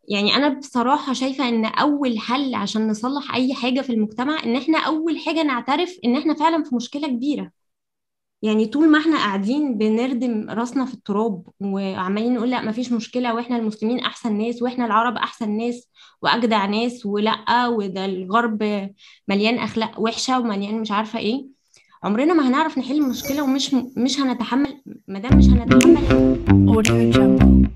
يعني انا بصراحة شايفة ان اول حل عشان نصلح اي حاجة في المجتمع ان احنا اول حاجة نعترف ان احنا فعلا في مشكلة كبيرة. يعني طول ما احنا قاعدين بنردم راسنا في التراب وعمالين نقول لا مفيش مشكلة واحنا المسلمين احسن ناس واحنا العرب احسن ناس واجدع ناس، ولا وده الغرب مليان اخلاق وحشة ومليان مش عارفة ايه، عمرنا ما هنعرف نحل المشكلة، ومش هنتحمل. مادام مش هنتحمل. Audio Jungle.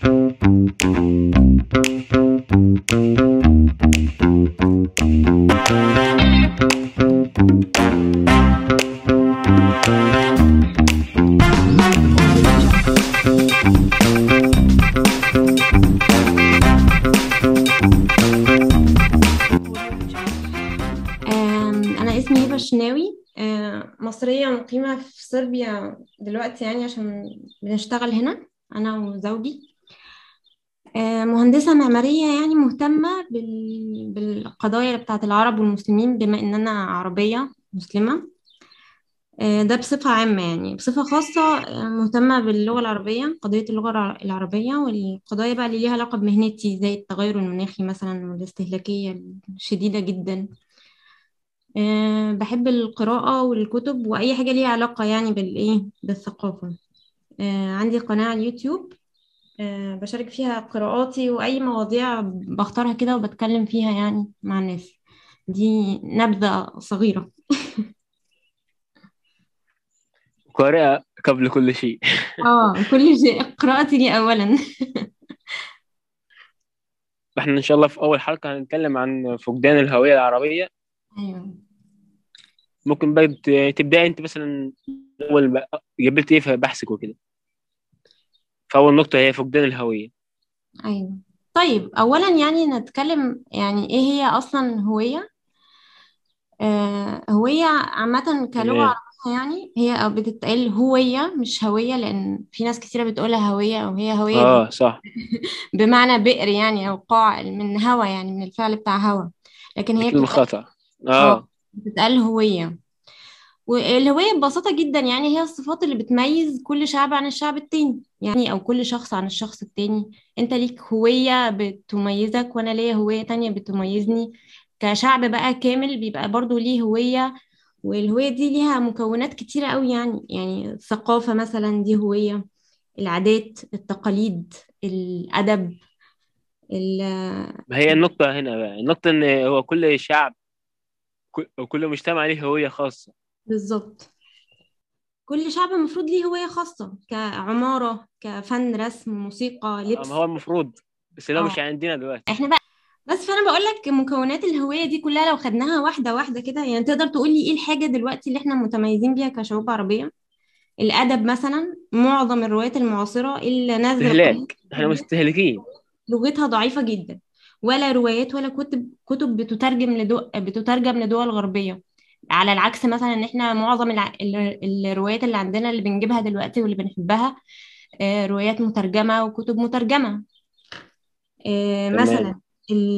Audio Jungle. Audio Jungle. أنا اسمي هبة الشناوي، مصرية مقيمة في صربيا دلوقتي، يعني عشان بنشتغل هنا أنا وزوجي. مهندسة معمارية، يعني مهتمة بالقضايا بتاعة العرب والمسلمين بما إن أنا عربية مسلمة. ده بصفة عامة، يعني بصفة خاصة مهتمة باللغة العربية، قضية اللغة العربية، والقضايا بقى اللي ليها علاقة بمهنتي زي التغير المناخي مثلا والاستهلاكية الشديدة جدا. بحب القراءة والكتب وأي حاجة ليها علاقة يعني بالثقافة. عندي قناة على اليوتيوب، بشارك فيها قراءاتي وأي مواضيع بختارها كده وبتكلم فيها يعني مع الناس. دي نبذة صغيرة. قارئة قبل كل شيء. كل شيء قراءتي لي أولا. احنا ان شاء الله في اول حلقة هنتكلم عن فقدان الهوية العربية. أيوه. ممكن بقى تبدأ انت مثلا اول قبلت ايه في بحثك وكده. فاول نقطة هي فقدان الهوية. أيوه. طيب أولا يعني نتكلم يعني إيه هي أصلا هوية. هوية عامة كلغة تمام. عربية، يعني هي بتتقال هوية مش هوية، لأن في ناس كثيرة بتقولها هوية، أو هي هوية اه صح. بمعنى بئر يعني، أو قاع من هوا، يعني من الفعل بتاع هوا. لكن دي هي كلمة بتتقال خطأ. اه. بتتقال هوية. والهوية ببساطة جدا يعني هي الصفات اللي بتميز كل شعب عن الشعب التاني، يعني أو كل شخص عن الشخص التاني. أنت ليك هوية بتميزك وأنا ليا هوية تانية بتميزني. كشعب بقى كامل بيبقى برضو ليه هوية، والهوية دي ليها مكونات كتيرة قوي، يعني الثقافة مثلا دي هوية، العادات التقاليد الأدب ال- ما هي النقطة هنا بقى، النقطة ان هو كل شعب وكل مجتمع ليه هوية خاصة. بالظبط. كل شعب المفروض ليه هوية خاصة، كعمارة، كفن، رسم، موسيقى، ما لبس. هو المفروض، بس لو اه مش عندنا دلوقتي. احنا بقى، بس فانا بقول لك مكونات الهوية دي كلها لو خدناها واحدة واحدة كده، يعني تقدر تقول لي ايه الحاجة دلوقتي اللي احنا متميزين بيها كشعوب عربية؟ الأدب مثلا، معظم الروايات المعاصرة اللي نازلة القرآن استهلاك، احنا مستهلكين. لغتها ضعيفة جدا، ولا روايات ولا كتب بتترجم لدول غربية. على العكس مثلا ان احنا معظم الروايات اللي عندنا اللي بنجيبها دلوقتي واللي بنحبها روايات مترجمة وكتب مترجمة. تمام. مثلا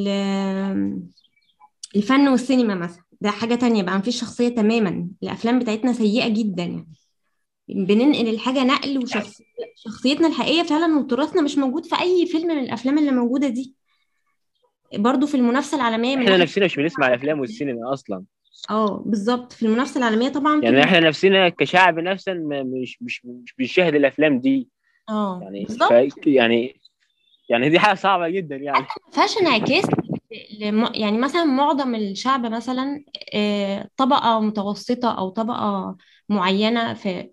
الفن والسينما مثلا ده حاجة تانية بقى، مفيش شخصية تماما، الأفلام بتاعتنا سيئة جدا يعني. بننقل الحاجة نقل، شخصيتنا الحقيقية فعلا وتراثنا مش موجود في أي فيلم من الأفلام اللي موجودة دي. برضو في المنافسة العالمية من احنا ناحية. نفسنا مش بنسمع الافلام والسينما اصلا. اه بالظبط، في المنافسة العالمية طبعا يعني احنا نفسنا كشعب نفسنا مش بنشاهد الافلام دي. يعني بالظبط. يعني دي حاجة صعبة جدا يعني. ما فيهاش انعكاس يعني مثلا معظم الشعب مثلا طبقة متوسطة أو طبقة معينة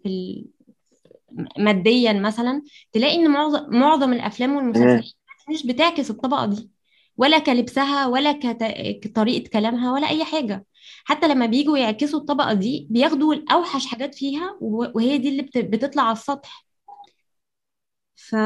ماديا مثلا، تلاقي إن معظم الأفلام تمام. والمسلسلات مش بتعكس الطبقة دي، ولا كلبسها ولا كطريقة كلامها ولا أي حاجة. حتى لما بيجوا يعكسوا الطبقة دي بياخدوا الأوحش حاجات فيها وهي دي اللي بتطلع على السطح. ف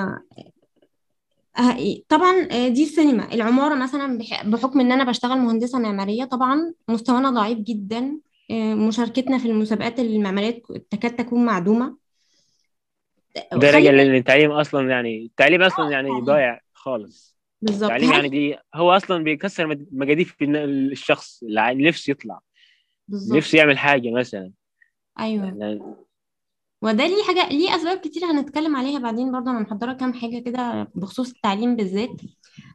طبعا دي السينما. العمارة مثلا بحكم ان انا بشتغل مهندسة معمارية، طبعا مستوانا ضعيف جدا. مشاركتنا في المسابقات المعمارية تكاد تكون معدومة. وده خلي راجع بالك. لان التعليم اصلا، يعني التعليم اصلا يعني ضايع خالص. بالظبط. التعليم يعني دي هو اصلا بيكسر مجاديف الشخص اللي نفسه يطلع، بالظبط. نفسه يعمل حاجة مثلا. ايوه. يعني وده ليه حاجة، ليه اسباب كتير هنتكلم عليها بعدين، برضه انا محضرة كام حاجة كده بخصوص التعليم بالذات.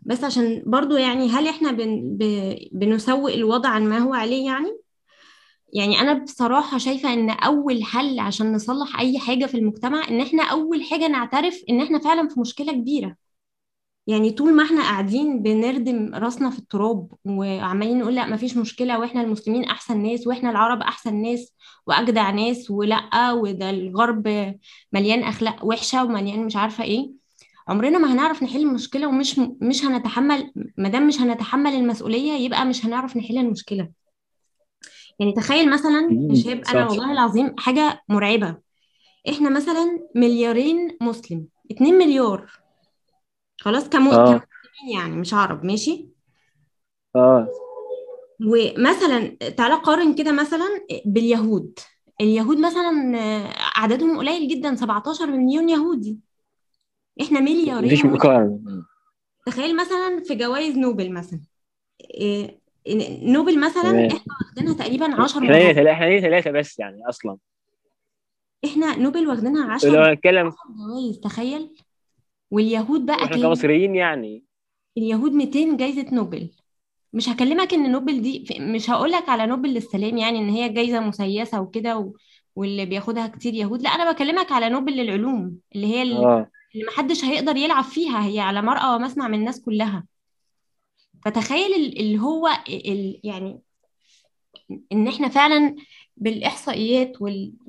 بس عشان برضو يعني هل احنا بنسوق الوضع عن ما هو عليه يعني انا بصراحة شايفة ان اول حل عشان نصلح اي حاجة في المجتمع ان احنا اول حاجة نعترف ان احنا فعلا في مشكلة كبيرة. يعني طول ما احنا قاعدين بنردم راسنا في التراب وعمالين نقول لا مفيش مشكلة واحنا المسلمين احسن ناس واحنا العرب احسن ناس واجدع ناس ولا وده الغرب مليان اخلاق وحشة ومليان مش عارفة ايه، عمرنا ما هنعرف نحل المشكلة ومش هنتحمل. ما دام مش هنتحمل المسؤولية يبقى مش هنعرف نحل المشكلة. يعني تخيل مثلا يا شباب، انا صح. والله العظيم حاجة مرعبة. احنا مثلا مليارين مسلم، 2 مليار خلاص اه. كمسلمين يعني مش عرب، ماشي. اه. ومثلا تعالى قارن كده مثلا باليهود. اليهود مثلا عددهم قليل جدا، 17 مليون يهودي. احنا مفيش مليارين مسلم. مقارنة. تخيل مثلا في جوائز نوبل مثلا، إيه، نوبل مثلا تمام. احنا واخدينها تقريبا 10 احنا ليه مرات. ثلاثة، احنا ليه ثلاثة بس يعني اصلا. احنا نوبل واخدينها لو 10 هنتكلم، جوائز، تخيل. واليهود بقى واحنا كام؟ كمصريين يعني. اليهود 200 جايزة نوبل. مش هكلمك ان نوبل دي مش هقولك على نوبل للسلام يعني ان هي جايزة مسيسة وكده واللي بياخدها كتير يهود، لا انا بكلمك على نوبل للعلوم اللي هي اه. اللي محدش هيقدر يلعب فيها، هي على مرأى ومسمع من الناس كلها. فتخيل اللي هو يعني ان احنا فعلا بالاحصائيات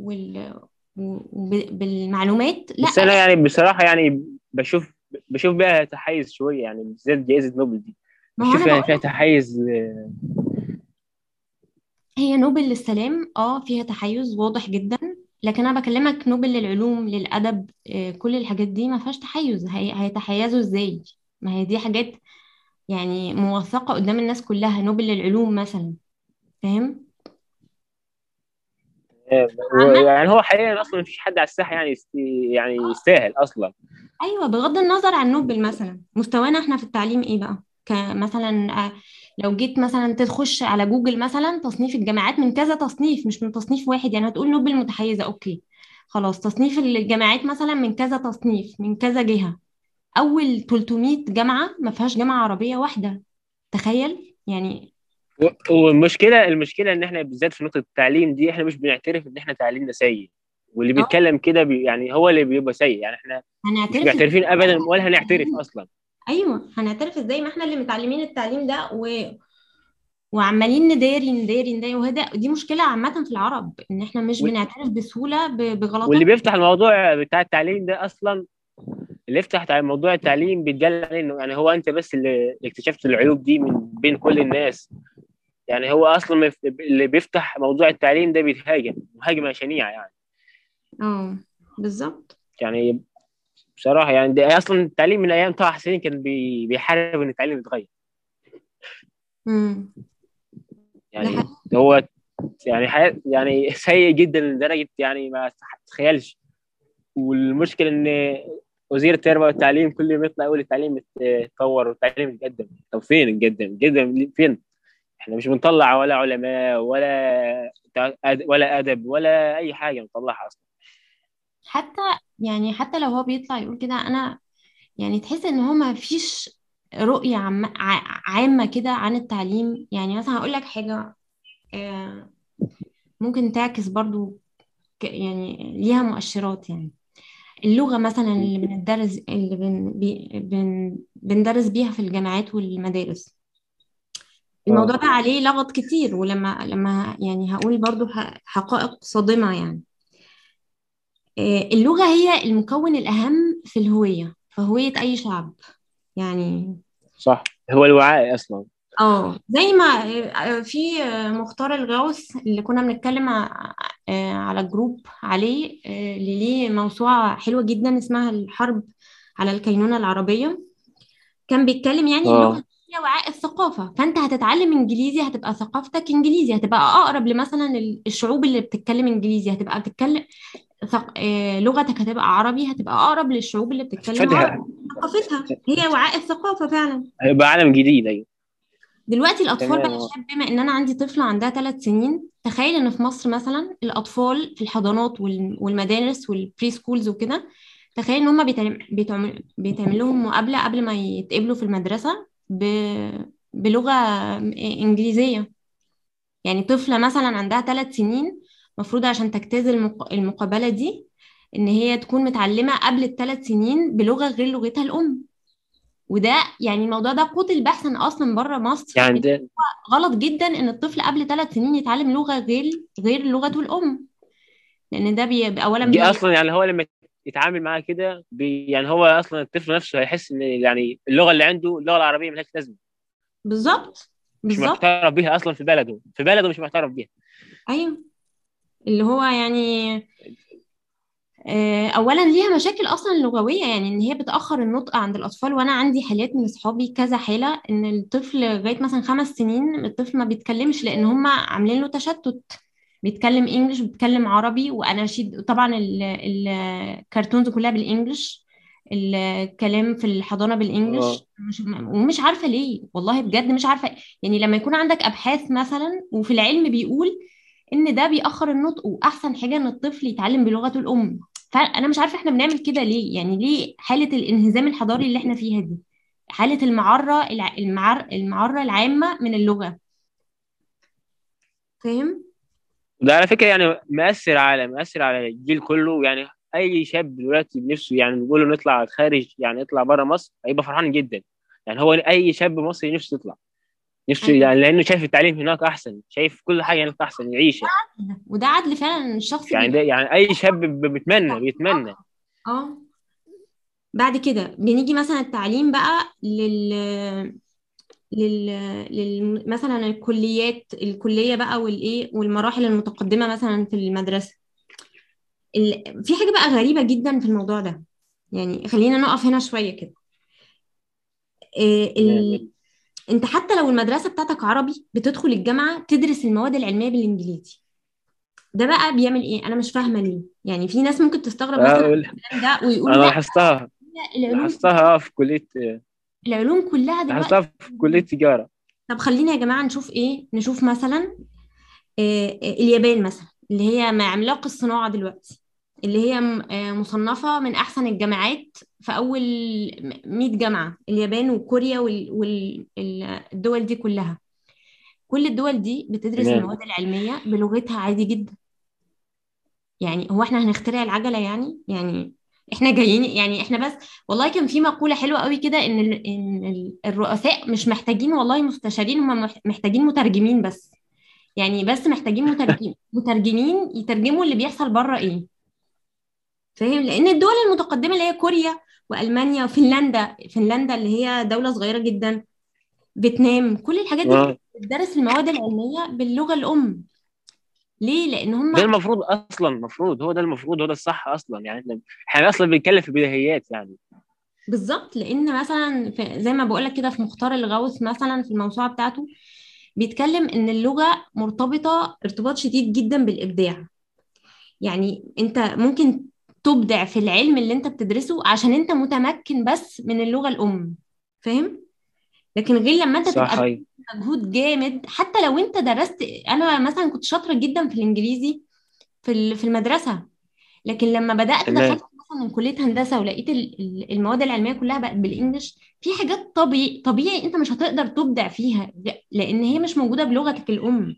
بالمعلومات لا بس انا احنا. يعني بصراحة يعني بشوف بيها تحيز شوية، يعني بالذات جائزة نوبل دي. ما هو بشوف انا فيها بقول تحيز. هي نوبل للسلام فيها تحيز واضح جدا، لكن انا بكلمك نوبل للعلوم للادب كل الحاجات دي ما فيهاش تحيز. هيتحيزوا ازاي؟ ما هي دي حاجات يعني موثقة قدام الناس كلها. نوبل للعلوم مثلا، فاهم؟ عامة يعني هو حاليا اصلا مفيش حد على الساحة يعني يعني يستاهل اصلا. ايوه، بغض النظر عن نوبل مثلا مستوانا احنا في التعليم ايه بقى؟ كمثلا لو جيت مثلا تخش على جوجل مثلا تصنيف الجامعات من كذا تصنيف مش من تصنيف واحد، يعني هتقول نوبل متحيزة اوكي، خلاص تصنيف الجامعات مثلا من كذا تصنيف من كذا جهة، اول 300 جامعة ما فيهاش جامعة عربية واحدة. تخيل يعني. والمشكله ان احنا بالذات في نقطه التعليم دي احنا مش بنعترف ان احنا تعليمنا سيء. واللي اه بيتكلم كده يعني هو اللي بيبقى سيء، يعني احنا مش هنعترف ازاي معترفين ما احنا ابدا اللي ولا هنعترف متعلمين؟ اصلا. ايوه هنعترف ازاي ما احنا اللي متعلمين التعليم ده وعمالين نداري نداري نداري، وهذا دي مشكلة عامة في العرب ان احنا مش وال- بنعترف بسهولة واللي بغلطات. بيفتح الموضوع بتاع التعليم ده اصلا، اللي يفتح موضوع التعليم بيتقال عليه انه يعني هو انت بس اللي اكتشفت العيوب دي من بين كل الناس. يعني هو اصلا اللي بيفتح موضوع التعليم ده بيتهاجم مهاجمه شنيعه يعني. اه بالظبط. يعني بصراحه يعني ده اصلا التعليم من ايام طه حسين كان بيحارب ان التعليم يتغير. امم ده يعني حقيقي. هو يعني حياة يعني سيء جدا لدرجة يعني ما تتخيلش. والمشكلة إن وزير التربية والتعليم كل يوم يطلع يقول التعليم يتطور والتعليم يتقدم. طب فين يتقدم فين؟ احنا مش بنطلع ولا علماء ولا أدب ولا أي حاجة بنطلعها أصلا. حتى يعني حتى لو هو بيطلع يقول كده، انا يعني تحس ان هو ما فيش رؤية عامة كده عن التعليم. يعني مثلا هقول لك حاجة ممكن تعكس برضو يعني ليها مؤشرات. يعني اللغة مثلا اللي بندرس اللي بندرس بيها في الجامعات والمدارس، الموضوع اه. ده عليه لغط كتير. ولما يعني هقول برضو حقائق صادمة يعني. اللغة هي المكون الأهم في الهوية، في هوية أي شعب يعني. صح. هو الوعاء أصلا. زي ما في مختار الغوث اللي كنا بنتكلم على الجروب عليه، اللي ليه موسوعة حلوة جدا اسمها الحرب على الكينونة العربية. كان بيتكلم يعني اللغة اه. هي وعاء الثقافة، فأنت هتتعلم إنجليزي هتبقى ثقافتك إنجليزي، هتبقى أقرب لمثلا الشعوب اللي بتتكلم إنجليزي، هتبقى تتكلم لغتك هتبقى عربي، هتبقى أقرب للشعوب اللي بتتكلم عربي. فتح. ثقافتها هي وعاء الثقافة فعلا. هيبقى عالم جديد. أيوه. دلوقتي الأطفال بقى يا تمام. شباب، بما إن أنا عندي طفلة عندها 3 سنين، تخيل إن في مصر مثلا الأطفال في الحضانات والمدارس والبري سكولز وكده، تخيل إن هما بيتعمل لهم مقابلة قبل ما يتقبلوا في المدرسة. بلغة إنجليزية. يعني طفلة مثلا عندها 3 سنين، المفروض عشان تجتاز المقابلة دي إن هي تكون متعلمة قبل ال3 سنين بلغة غير لغتها الأم. وده يعني الموضوع ده قتل بحثا أصلا بره مصر، يعني إن غلط جدا إن الطفل قبل 3 سنين يتعلم لغة غير لغته الأم، لأن ده أولا دي اصلا يعني هو لما يتعامل معاها كده يعني هو اصلا الطفل نفسه هيحس ان يعني اللغه اللي عنده اللغه العربيه ملهاش لازمه، بالظبط. مش بالظبط. معترف بيها اصلا في بلده مش معترف بيها. أيوه. اللي هو يعني اولا ليها مشاكل اصلا لغويه، يعني ان هي بتاخر النطق عند الاطفال. وانا عندي حالات من اصحابي كذا حاله ان الطفل لغايه مثلا 5 سنين الطفل ما بيتكلمش، لان هم عاملين له تشتت. بيتكلم انجلش، بيتكلم عربي واناشيد، طبعا الكرتونز كلها بالانجلش، الكلام في الحضانه اه، بالانجلش. ومش عارفه ليه، والله بجد مش عارفه. يعني لما يكون عندك ابحاث مثلا وفي العلم بيقول ان ده بيأخر النطق، واحسن حاجه ان الطفل يتعلم بلغته الام. فانا مش عارفه احنا بنعمل كده ليه، يعني ليه حاله الانهزام الحضاري اللي احنا فيها دي، حاله المعره العامه من اللغه. فاهم؟ ده على فكره يعني مأثر على الجيل كله. يعني اي شاب دلوقتي بنفسه يعني بيقول له نطلع خارج، يعني نطلع بره مصر، هيبقى فرحان جدا. يعني هو اي شاب مصري نفسه يطلع، نفسه ايوه. يعني، لانه شايف التعليم هناك احسن، شايف كل حاجه هناك احسن يعيشها. وده عدل فعلا، الشخص يعني ده بيبقى يعني اي شاب بيتمنى. اه. بعد كده بنيجي مثلا التعليم بقى لل... مثلا الكليه بقى والايه والمراحل المتقدمه مثلا في المدرسه. في حاجه بقى غريبه جدا في الموضوع ده، يعني خلينا نقف هنا شويه كده. تمام. انت حتى لو المدرسه بتاعتك عربي بتدخل الجامعه تدرس المواد العلميه بالانجليزي. ده بقى بيعمل ايه؟ انا مش فاهمه ليه. يعني في ناس ممكن تستغرب مثلا أقول الكلام ده ويقولوا انا لا، لاحظتها العلوم لاحظتها في كليه العلوم كلها لاحظتها دلوقتي. في كليه تجاره. طب خلينا يا جماعه نشوف ايه، نشوف مثلا اليابان مثلا، اللي هي عملاق الصناعه دلوقتي، اللي هي مصنفه من احسن الجامعات في اول 100 جامعه. اليابان وكوريا والدول دي كلها، كل الدول دي بتدرس تمام. المواد العلمية بلغتها عادي جدا. يعني هو احنا هنخترع العجلة؟ يعني احنا جايين، يعني احنا بس. والله كان في مقولة حلوة قوي كده ان الرؤساء مش محتاجين والله مستشارين، هم محتاجين مترجمين بس. يعني بس محتاجين مترجمين يترجموا اللي بيحصل بره ايه. فاهم؟ لان الدول المتقدمة اللي هي كوريا والمانيا فنلندا اللي هي دولة صغيرة جدا، فيتنام، كل الحاجات دي اه، بتدرس المواد العلمية باللغة الأم. ليه؟ لأن هم ده المفروض اصلا، هو ده الصح اصلا. يعني احنا اصلا بنتكلم في بديهيات يعني. بالظبط. لان مثلا زي ما بقولك كده في مختار الغوث مثلا في الموسوعه بتاعته بيتكلم ان اللغه مرتبطه ارتباط شديد جدا بالابداع. يعني انت ممكن تبدع في العلم اللي انت بتدرسه عشان انت متمكن بس من اللغه الام. فاهم؟ لكن غير لما انت تبقى صح، بتعمل ايوه. مجهود جامد، حتى لو انت درست. انا مثلا كنت شاطره جدا في الانجليزي في المدرسه، لكن لما بدأت تمام. دخلت مثلا كلية هندسة ولقيت المواد العلمية كلها بقت بالإنجلش، في حاجات طبيعي أنت مش هتقدر تبدع فيها لأن هي مش موجودة بلغتك الأم.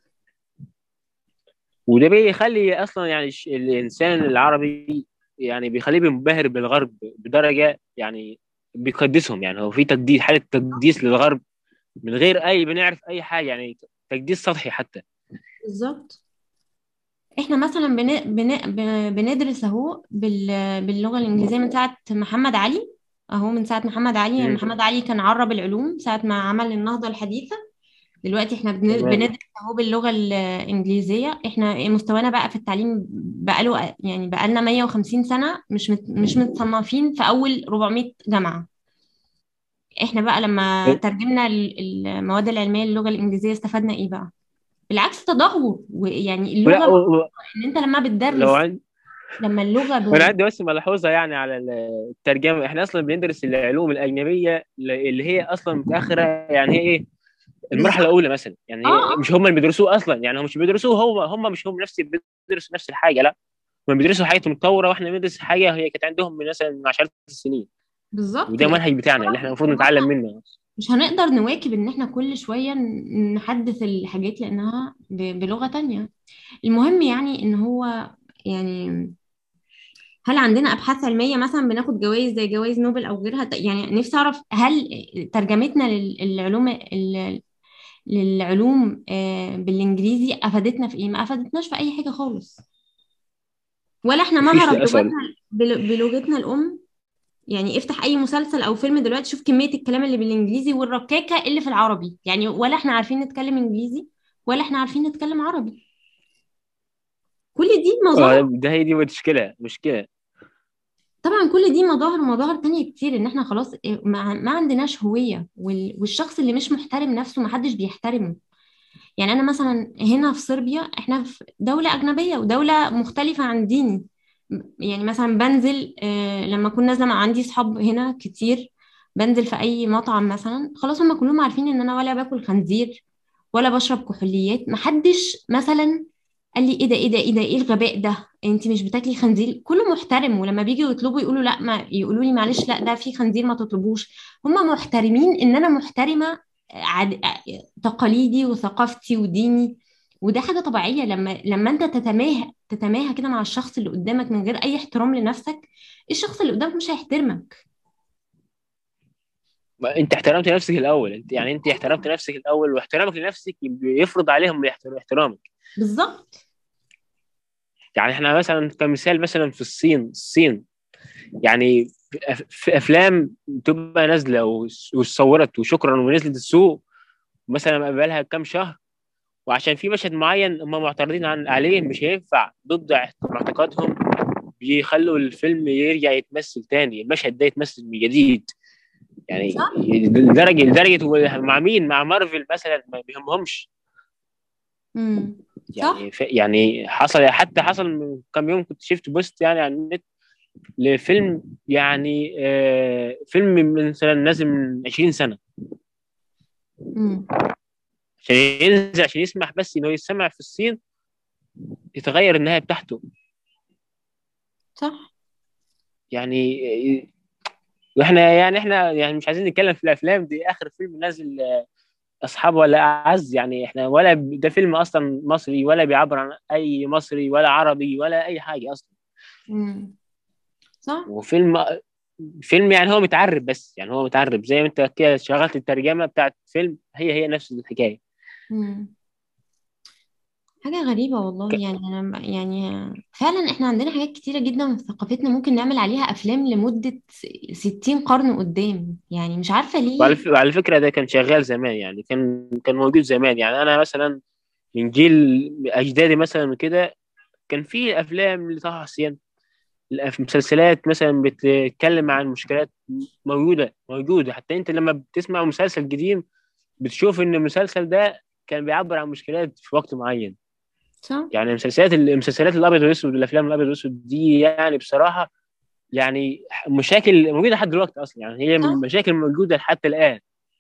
وده بيخلي اصلا يعني الانسان العربي يعني بيخليه بينبهر بالغرب بدرجه يعني بيقدسهم. يعني هو في تقديس، حاله تقديس للغرب من غير اي بنعرف اي حاجه، يعني تقديس سطحي حتى. بالظبط. احنا مثلا بندرس اهو باللغة الإنجليزية من ساعة محمد علي. اهو من ساعة محمد علي، يعني مم. محمد علي كان عرب العلوم ساعة ما عمل النهضة الحديثة. دلوقتي احنا تمام. بندرس اهو باللغة الإنجليزية. احنا مستوانا بقى في التعليم بقى لنا 150 سنة مش متصنفين في أول 400 جامعة. احنا بقى لما ترجمنا المواد العلمية للغة الإنجليزية استفدنا ايه بقى؟ بالعكس، تدهور. ويعني ولا اللغة ان انت لما لو بتدرس، لما اللغة وانا عندي بس ملحوظه يعني على الترجمه. احنا اصلا بندرس العلوم الاجنبيه اللي هي اصلا متاخره. يعني هي ايه؟ المرحله بالظبط. الاولى مثلا. يعني اه. هي مش هم اللي بيدرسوه اصلا، يعني هم مش بيدرسوه، هم مش هم بيدرسوا نفس الحاجه، لا. هم بيدرسوا حاجه متطوره، واحنا بندرس حاجه هي كانت عندهم من مثلا من عشرات السنين. بالظبط. وده لان المنهج بتاعنا اللي احنا المفروض نتعلم منه. مش هنقدر نواكب ان احنا كل شوية نحدث الحاجات لانها بلغة تانية. المهم يعني ان هو يعني هل عندنا ابحاث علمية مثلا بناخد جوائز زي جوائز نوبل او غيرها؟ يعني نفسي اعرف هل ترجمتنا للعلوم بالانجليزي افادتنا في ايه؟ ما افادتناش في اي حاجة خالص. ولا احنا مفيش مهرب للاسف. لغتنا بلغتنا الام. يعني افتح اي مسلسل او فيلم دلوقتي شوف كمية الكلام اللي بالانجليزي والركاكة اللي في العربي، يعني ولا احنا عارفين نتكلم انجليزي ولا احنا عارفين نتكلم عربي. كل دي مظاهر. ده هي دي مشكله. طبعا كل دي مظاهر تانية كتير ان احنا خلاص ما عندناش هوية، والشخص اللي مش محترم نفسه ما حدش بيحترمه. يعني انا مثلا هنا في صربيا احنا في دولة اجنبية ودولة مختلفة عن ديني. يعني مثلا بنزل لما كنت نازلة مع عندي صحاب هنا كتير، بنزل في اي مطعم مثلا خلاص هم كلهم عارفين ان انا ولا باكل خنزير ولا بشرب كحوليات. محدش مثلا قال لي ايه ده ايه ده ايه ده ايه الغباء ده انت مش بتاكلي خنزير. كله محترم، ولما بيجي يطلبوا يقولوا لا، ما يقولوا لي معلش لا ده في خنزير ما تطلبوش. هم محترمين ان انا محترمة تقاليدي وثقافتي وديني. وده حاجة طبيعية لما انت تتماهى كده مع الشخص اللي قدامك من غير اي احترام لنفسك، الشخص اللي قدامك مش هيحترمك. انت احترمت نفسك الاول، انت احترمت نفسك الاول، واحترامك لنفسك يفرض عليهم احترامك. بالظبط. يعني احنا مثلا كمثال مثلا في الصين يعني في افلام تبقى نازله وصورت وشكرا ونزلت السوق مثلا بقالها كام شهر، وعشان في مشهد معين هم معترضين عليه مش هينفع ضد معتقدهم، بيخلوا الفيلم يرجع يتمثل تاني، المشهد ده يتمثل من جديد. يعني صح. لدرجه مع مين؟ مع مارفل مثلا ما بيهمهمش. صح. يعني حصل من كام يوم كنت شفت بوست يعني على النت لفيلم، يعني فيلم من مثلا نازل من 20 سنه، امم. عشان ينزل عشان يسمح بس انه يسمع في الصين يتغير النهايه بتاعته. صح. يعني واحنا مش عايزين نتكلم في الافلام دي، اخر فيلم نازل اصحاب ولا اعز، يعني احنا ولا ده فيلم اصلا مصري ولا بيعبر عن اي مصري ولا عربي ولا اي حاجه اصلا. امم. صح. وفيلم يعني هو متعرب، بس يعني هو متعرب زي ما انت كده شغلت الترجمه بتاعت فيلم، هي نفس الحكايه. امم. حاجة غريبة والله. يعني أنا يعني فعلا إحنا عندنا حاجات كتيرة جدا في ثقافتنا ممكن نعمل عليها أفلام لمدة 60 قرن قدام. يعني مش عارفة ليه. وعلى فكره ده كان شغال زمان، يعني كان موجود زمان. يعني انا مثلا من جيل اجدادي مثلا كده كان في افلام لطه حسين، مسلسلات مثلا بتتكلم عن مشكلات موجوده. حتى انت لما بتسمع مسلسل قديم بتشوف ان المسلسل ده كان بيعبر عن مشكلات في وقت معين. صح. يعني المسلسلات الابيض والاسود والافلام الابيض والاسود دي يعني بصراحه يعني مشاكل موجوده لحد دلوقتي اصلا، يعني هي صح. مشاكل موجوده حتى الان.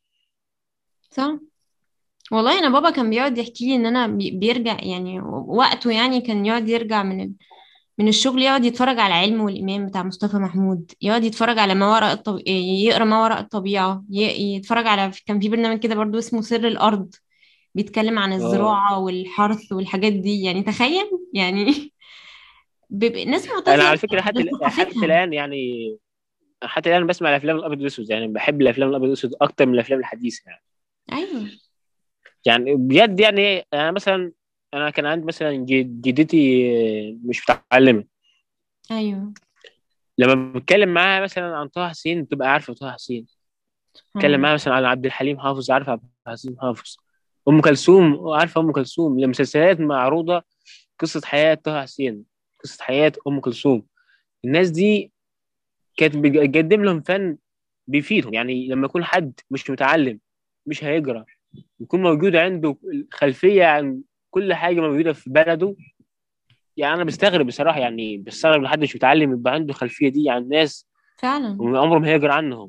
صح. والله أنا بابا كان بيقعد يحكي لي إن أنا بيرجع يعني وقته، يعني كان يقعد يرجع من الشغل يقعد يتفرج على علم والإيمان بتاع مصطفى محمود، يقعد يتفرج على ما وراء يقرأ ما وراء الطبيعة، يتفرج على كان في برنامج كده برضو اسمه سر الأرض، بيتكلم عن اه الزراعة والحرث والحاجات دي. يعني تخيل يعني ناس انا معتزة على فكره حتى بثقافتها. الان يعني حتى الان بسمع الافلام الابيض والاسود، يعني بحب الافلام الابيض والاسود اكتر من الافلام الحديثه يعني. أيوه. يعني بجد يعني انا مثلا انا كان عندي مثلا جدتي مش متعلمه، أيوه. لما بتكلم معاها مثلا عن طه حسين بتبقى عارفه طه حسين، سبحان بتكلم الله. معاها مثلا عن عبد الحليم حافظ عارفه عبد الحليم حافظ، ام كلثوم عارفه ام كلثوم، المسلسلات معروضه قصه حياه طه حسين، قصه حياه ام كلثوم. الناس دي كانت بتقدم لهم فن بيفيدهم. يعني لما يكون حد مش متعلم مش هيقرا، يكون موجود عنده خلفيه عن كل حاجه موجوده في بلده. يعني انا بستغرب بصراحه، يعني بستغرب لحد مش متعلم يبقى عنده خلفيه دي عن ناس فعلا. وعمره ما هيقرا عنهم.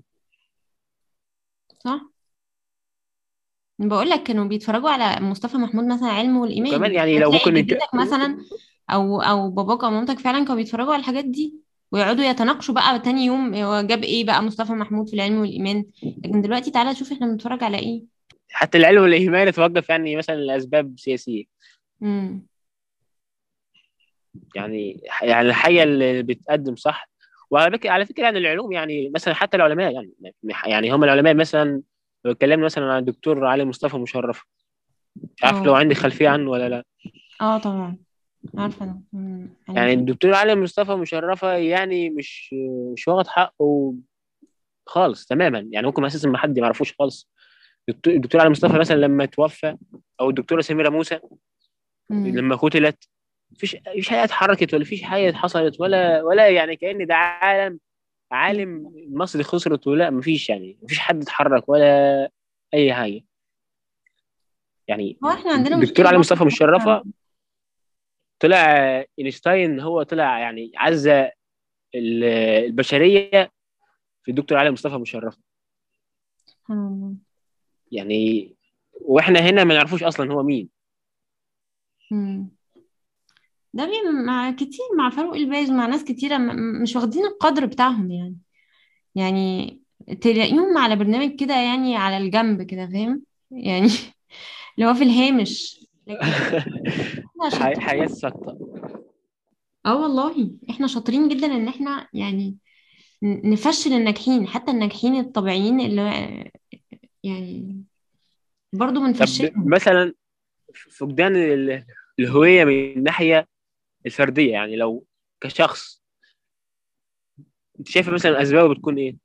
صح. بقول لك كانوا بيتفرجوا على مصطفى محمود مثلا علم والإيمان، وكمان يعني يعني لو هتلاقي ممكن جدتك مثلا أو باباك أو مامتك فعلا كانوا بيتفرجوا على الحاجات دي. ويقعدوا يتناقشوا بقى تاني يوم هو جاب ايه بقى مصطفى محمود في العلم والإيمان. لكن دلوقتي تعالى شوف احنا بنتفرج على ايه. حتى العلم والاهمال يتوقف يعني مثلا لاسباب سياسيه. امم. يعني الحاجه اللي بتقدم صح. وعلى فكره يعني العلوم يعني مثلا حتى العلماء يعني هم العلماء مثلا لو اتكلمنا مثلا عن الدكتور علي مصطفى مشرف، مش عارف لو اه. عندي خلفيه عنه ولا لا. اه طبعا عارفة انا علي يعني مصطفى. الدكتور علي مصطفى مشرفه يعني مش واخد حقه خالص تماما. يعني ممكن اساسا ما حد ما يعرفوش خالص. الدكتور علي مصطفى مثلا لما توفى، او الدكتوره سميره موسى امم. لما قتلت، مفيش حاجه اتحركت ولا فيش حاجه حصلت ولا يعني كأن ده عالم مصري خسرت ولا مفيش. يعني مفيش حد اتحرك ولا اي حاجه. يعني هو احنا عندنا الدكتور مشكلة علي برضه مصطفى في مشرفه طلع اينشتاين هو طلع يعني عزى البشريه في الدكتور علي مصطفى مشرفه. سبحان الله. يعني واحنا هنا ما نعرفوش اصلا هو مين. امم. ده مع كتير، مع فاروق الباز، مع ناس كتيرة مش واخدين القدر بتاعهم يعني. يعني تلاقيهم على برنامج كده يعني على الجنب كده، فاهم يعني اللي هو في الهامش. لكن احنا حياه شاطرين. سقطه. اه والله احنا شاطرين جدا ان احنا يعني نفشل الناجحين، حتى الناجحين الطبيعيين اللي يعني برضو طب بنفشلهم. مثلا فقدان الهويه من الناحيه الفرديه، يعني لو كشخص انت شايف مثلا اسبابه بتكون ايه؟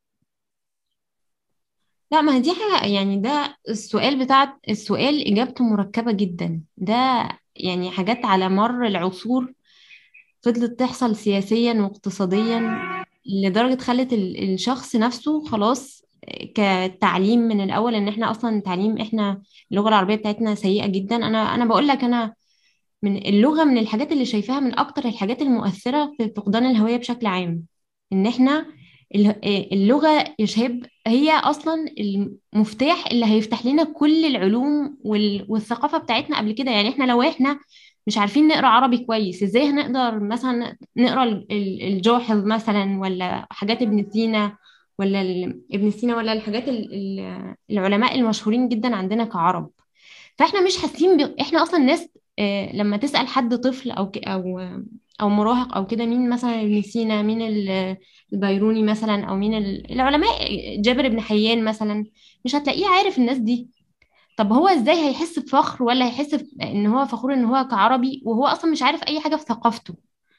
لا ما هي دي حاجة يعني، ده السؤال بتاع السؤال إجابته مركبة جدا ده. يعني حاجات على مر العصور فضلت تحصل سياسيا واقتصاديا لدرجة خلت الشخص نفسه خلاص. كتعليم من الأول إن إحنا أصلا تعليم، إحنا اللغة العربية بتاعتنا سيئة جدا. أنا بقول لك أنا من اللغة من الحاجات اللي شايفاها من أكتر الحاجات المؤثرة في فقدان الهوية بشكل عام. إن إحنا اللغة يا شهاب هي أصلا المفتاح اللي هيفتح لنا كل العلوم والثقافة بتاعتنا قبل كده. يعني إحنا لو إحنا مش عارفين نقرأ عربي كويس، إزاي هنقدر مثلا نقرأ الجاحظ مثلا، ولا حاجات ابن سينا، ولا ابن سينا، ولا الحاجات العلماء المشهورين جدا عندنا كعرب. فاحنا مش حاسين احنا اصلا ناس. لما تسأل حد طفل او مراهق او كده، مين مثلا ابن سينا، مين البيروني مثلا، او مين العلماء، جابر بن حيان مثلا، مش هتلاقيه عارف الناس دي. طب هو ازاي هيحس بفخر، ولا هيحس ان هو فخور ان هو كعربي، وهو اصلا مش عارف اي حاجة في ثقافته؟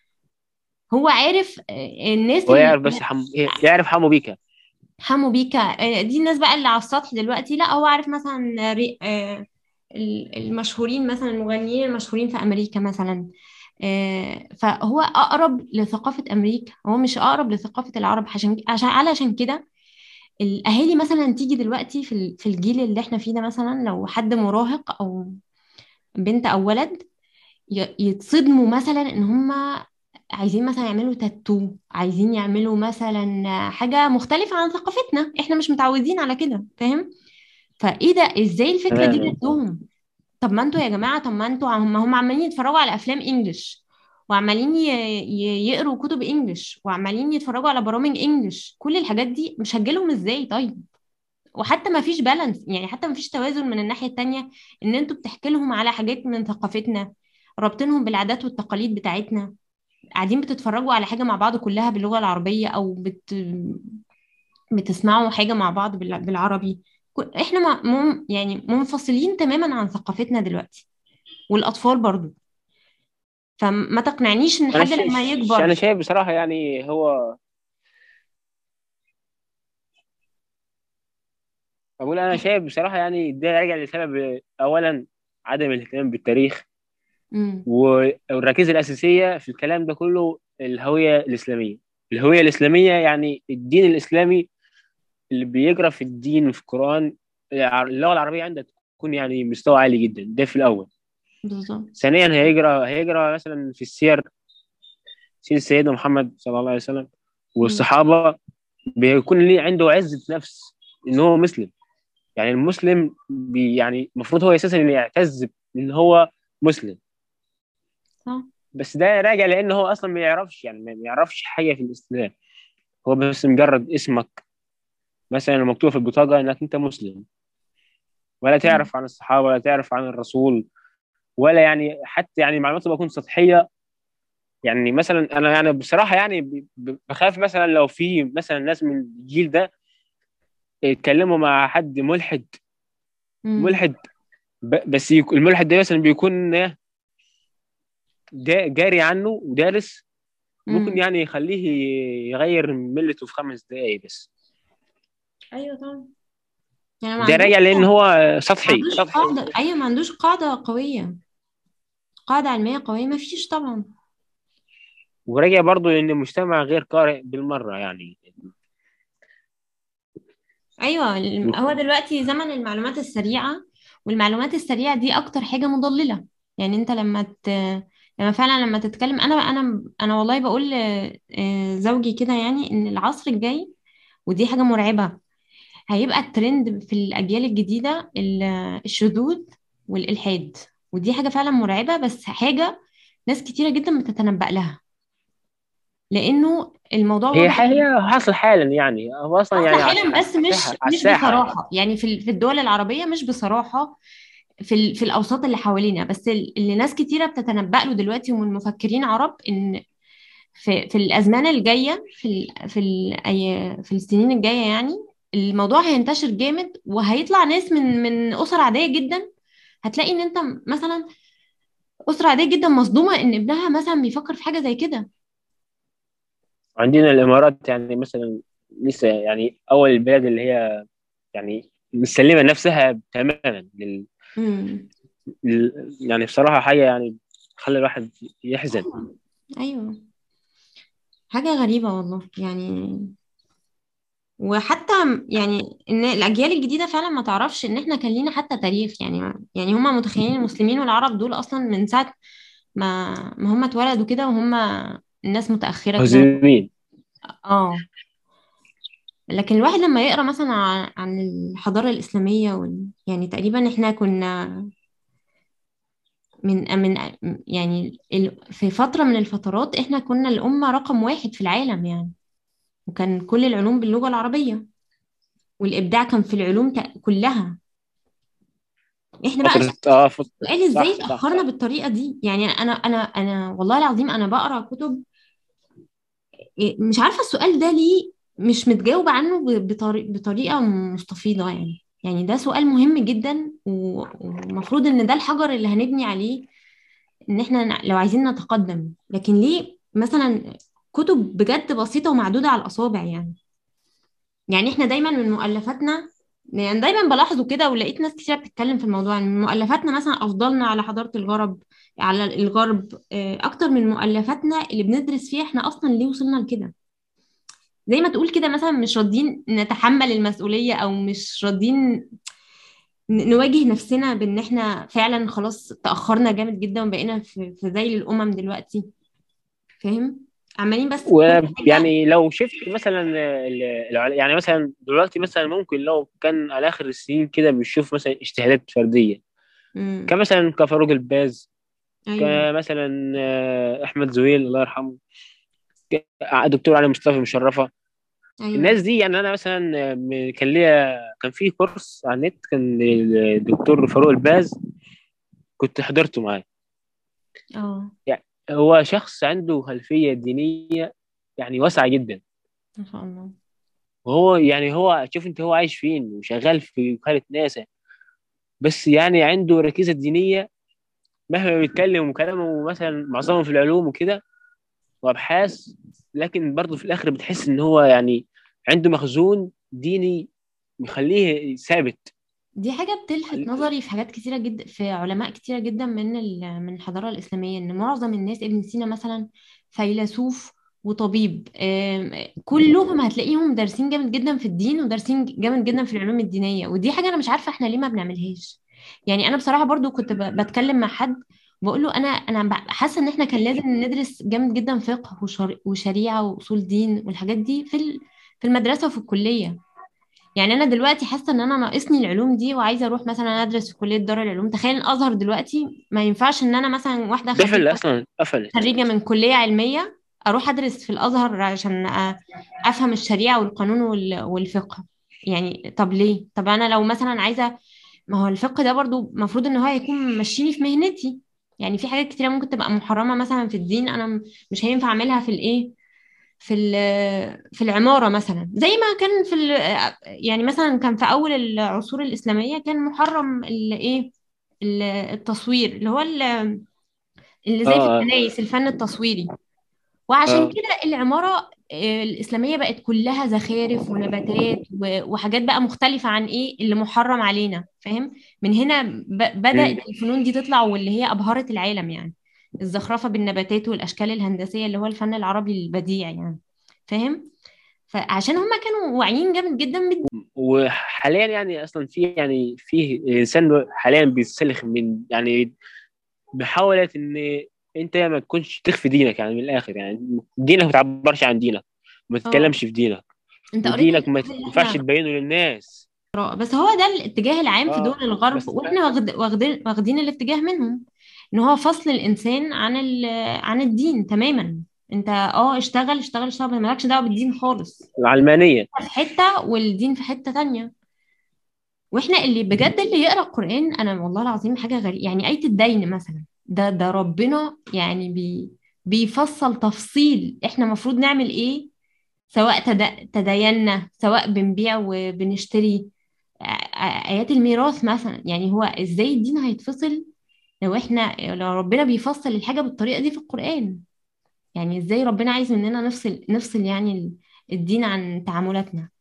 هو عارف الناس هو يعرف بس يعرف حمو بيكا. حمو بيكا. دي الناس بقى اللي على السطح دلوقتي. لا هو عارف مثلا المشهورين مثلا، المغنيين المشهورين في أمريكا مثلا. فهو أقرب لثقافة أمريكا، هو مش أقرب لثقافة العرب. علشان كده الأهالي مثلا تيجي دلوقتي في الجيل اللي احنا فيه ده، مثلا لو حد مراهق أو بنت أو ولد يتصدموا مثلا ان هم عايزين مثلا يعملوا تاتو، عايزين يعملوا مثلا حاجة مختلفة عن ثقافتنا، احنا مش متعودين على كده، فاهم؟ فايه ده، ازاي الفكرة دي تمام. جات لهم؟ طب ما انتوا يا جماعة، طب ما انتوا هم عمالين يتفرجوا على افلام انجلش، وعمالين يقروا كتب انجلش، وعمالين يتفرجوا على برامج انجلش. كل الحاجات دي مش هتجيلهم ازاي طيب؟ وحتى ما فيش بالانس، يعني حتى ما فيش توازن من الناحية التانية. ان انتوا بتحكي لهم على حاجات من ثقافتنا، رابطينهم بالعادات والتقاليد بتاعتنا، قاعدين بتتفرجوا على حاجة مع بعض كلها باللغة العربية، او بتسمعوا حاجة مع بعض بالعربي. احنا يعني منفصلين تماما عن ثقافتنا دلوقتي، والأطفال برضو. فما تقنعنيش ان حد لما انا يكبر. شايف بصراحه يعني هو بقول انا شايف بصراحه يعني ده راجع لسبب اولا عدم الاهتمام بالتاريخ. امم. والركيزه الاساسيه في الكلام ده كله الهويه الاسلاميه. الهويه الاسلاميه يعني الدين الاسلامي اللي بيقرا في الدين في القران. اللغه العربيه عندها تكون يعني مستوى عالي جدا، ده في الاول. بالظبط. ثانيا هيقرا مثلا في السير، سير سيدنا محمد صلى الله عليه وسلم امم. والصحابه، بيكون ليه عنده عزه نفس ان هو مسلم. يعني المسلم يعني المفروض هو اساسا اللي يعتز ان هو مسلم. صح. بس ده راجع لان هو اصلا ما يعرفش، يعني ما يعرفش حاجه في الاسلام. هو بس مجرد اسمك مثلا مكتوب في البطاقه انك انت مسلم، ولا تعرف عن الصحابه ولا تعرف عن الرسول، ولا يعني حتى يعني معلوماته بتكون سطحيه. يعني مثلا انا يعني بصراحه يعني بخاف مثلا لو في مثلا ناس من الجيل ده يتكلموا مع حد ملحد. امم. ملحد بس الملحد ده مثلا بيكون جاري عنه ودارس، ممكن امم. يعني يخليه يغير من ملته في 5 دقايق بس. ايوه طبعا. يعني ده راجع لان هو سطحي سطحي. ما عندوش قاعده قويه، قاعده علميه قويه ما فيش طبعا. وراجع برضو لان المجتمع غير قارئ بالمره يعني. ايوه، هو دلوقتي زمن المعلومات السريعه، والمعلومات السريعه دي اكتر حاجه مضلله. يعني انت لما فعلا لما تتكلم، انا والله بقول زوجي كده، يعني ان العصر الجاي، ودي حاجه مرعبه، هيبقى الترند في الاجيال الجديده الشذوذ والالحاد. ودي حاجه فعلا مرعبه، بس حاجه ناس كتيره جدا بتتنبأ لها، لانه الموضوع واضح. هي حاصل حالا، يعني هو اصلا حاصله يعني حالا، بس مش على مش الساحه يعني. بصراحه، يعني في الدول العربيه مش بصراحه، في الاوساط اللي حوالينا، بس اللي ناس كتيره بتتنبأ له دلوقتي ومن مفكرين عرب، ان في الازمان الجايه، في السنين الجايه، يعني الموضوع هينتشر جامد، وهيطلع ناس من اسر عاديه جدا. هتلاقي ان انت مثلا اسره عاديه جدا مصدومه ان ابنها مثلا بيفكر في حاجه زي كده. عندنا الامارات يعني مثلا لسه يعني اول البلاد اللي هي يعني مسلمه نفسها تماما امم. يعني بصراحه حاجه يعني تخلي الواحد يحزن. ايوه. ايوه. حاجه غريبه والله يعني. وحتى يعني ان الاجيال الجديده فعلا ما تعرفش ان احنا كان لينا حتى تاريخ، يعني هم متخيلين المسلمين والعرب دول اصلا من ساعه ما هم اتولدوا كده، وهم الناس متاخره كده. مهزومين. اه. لكن الواحد لما يقرا مثلا عن الحضاره الاسلاميه يعني تقريبا احنا كنا من يعني في فتره من الفترات احنا كنا الامه رقم واحد في العالم يعني، وكان كل العلوم باللغه العربيه، والابداع كان في العلوم كلها. احنا بقى فتره السؤال ازاي صح صح اتأخرنا صح. بالطريقة دي؟ يعني انا والله العظيم انا بقرا كتب، مش عارفة السؤال ده ليه مش متجاوب عنه بطريقة مستفيضة يعني ده سؤال مهم جدا، ومفروض ان ده الحجر اللي هنبني عليه، ان احنا لو عايزين نتقدم. لكن ليه مثلا كتب بجد بسيطة ومعدودة على الأصابع يعني احنا دايما من مؤلفاتنا، يعني دايما بلاحظه كده، ولقيت ناس كتير بتتكلم في الموضوع، ان من مؤلفاتنا مثلا افضلنا على حضارة الغرب، على الغرب اكتر من مؤلفاتنا اللي بندرس فيها احنا اصلا ليه وصلنا لكده. زي ما تقول كده مثلا مش راضيين نتحمل المسؤولية، او مش راضيين نواجه نفسنا بان احنا فعلا خلاص تأخرنا جامد جدا، وبقينا في زي الامم دلوقتي. فاهم؟ عمالين بس كل حاجة. ويعني لو شفت مثلا يعني مثلا دلوقتي مثلا ممكن لو كان على اخر السنين كده بنشوف مثلا اجتهادات فرديه، امم. كمثلا كفاروق الباز، ايوه. كمثلا احمد زويل الله يرحمه، دكتور علي مصطفى مشرفه. ايوه. الناس دي يعني انا مثلا كان في كورس على النت كان الدكتور فاروق الباز، كنت حضرته معاه. اه. يعني هو شخص عنده خلفيه دينيه يعني واسعه جدا. ما شاء الله. وهو يعني هو شوف انت هو عايش فين وشغال في وكاله ناسا، بس يعني عنده ركيزه دينيه مهما بيتكلم وكلامه مثلا معظمه في العلوم وكده وابحاث، لكن برضه في الاخر بتحس ان هو يعني عنده مخزون ديني مخليه ثابت. دي حاجة بتلفت نظري في حاجات كتيرة جدا، في علماء كتيرة جدا من الحضارة الإسلامية، إن معظم الناس، ابن سينا مثلا فيلسوف وطبيب، كلهم هتلاقيهم دارسين جامد جدا في الدين، ودارسين جامد جدا في العلوم الدينية. ودي حاجة أنا مش عارفة إحنا ليه ما بنعملهاش. يعني أنا بصراحة برضو كنت بتكلم مع حد، بقول له أنا حاسة إن إحنا كان لازم ندرس جامد جدا فقه وشريعة وأصول دين والحاجات دي في المدرسة وفي الكلية. يعني انا دلوقتي حاسه ان انا ناقصني العلوم دي وعايزه اروح مثلا ادرس في كليه دار العلوم. تخيل الازهر دلوقتي ما ينفعش ان انا مثلا واحده قفل خريجه اصلا، قفلت. خريجه من كليه علميه اروح ادرس في الازهر عشان افهم الشريعه والقانون والفقه. يعني طب ليه؟ طب انا لو مثلا عايزه، ما هو الفقه ده برضو المفروض ان هو هيكون ماشيني في مهنتي. يعني في حاجات كتيره ممكن تبقى محرمه مثلا في الدين، انا مش هينفع اعملها في الايه، في العمارة مثلا، زي ما كان يعني مثلا كان في أول العصور الإسلامية كان محرم التصوير اللي هو اللي زي في اه الكنايس الفن التصويري. وعشان اه كده العمارة الإسلامية بقت كلها زخارف ونباتات وحاجات بقى مختلفة عن اللي محرم علينا، فاهم؟ من هنا بدأت مم. الفنون دي تطلع، واللي هي أبهرت العالم يعني، الزخرفة بالنباتات والأشكال الهندسية اللي هو الفن العربي البديع يعني، فاهم؟ فعشان هما كانوا واعيين جامد جدا وحاليا يعني اصلا في الانسان حاليا بيتسلخ من يعني محاولة ان انت ما تكونش تخفي دينك، يعني من الاخر يعني دينك ما تعبرش عن دينك، ما اه. تتكلمش في دينك، انت قريت ودينك ما الكتاب اللي ينفعش احنا تبينه للناس. قرأه؟ بس هو ده الاتجاه العام في اه دول الغرب، بس واحنا واخدين الاتجاه منهم، ان هو فصل الانسان عن الدين تماما. انت اشتغل اشتغل اشتغل، مالكش دعوه بالدين خالص. العلمانية. في حته والدين في حته تانية. واحنا اللي بجد اللي يقرا القران، انا والله العظيم حاجه غريبه، يعني ايه الدين مثلا، ده ربنا يعني بيفصل تفصيل احنا المفروض نعمل ايه، سواء تدينا، سواء بنبيع وبنشتري. آيات الميراث مثلا، يعني هو ازاي الدين هيتفصل لو ربنا بيفصل الحاجة بالطريقة دي في القرآن؟ يعني ازاي ربنا عايز مننا نفصل يعني الدين عن تعاملاتنا؟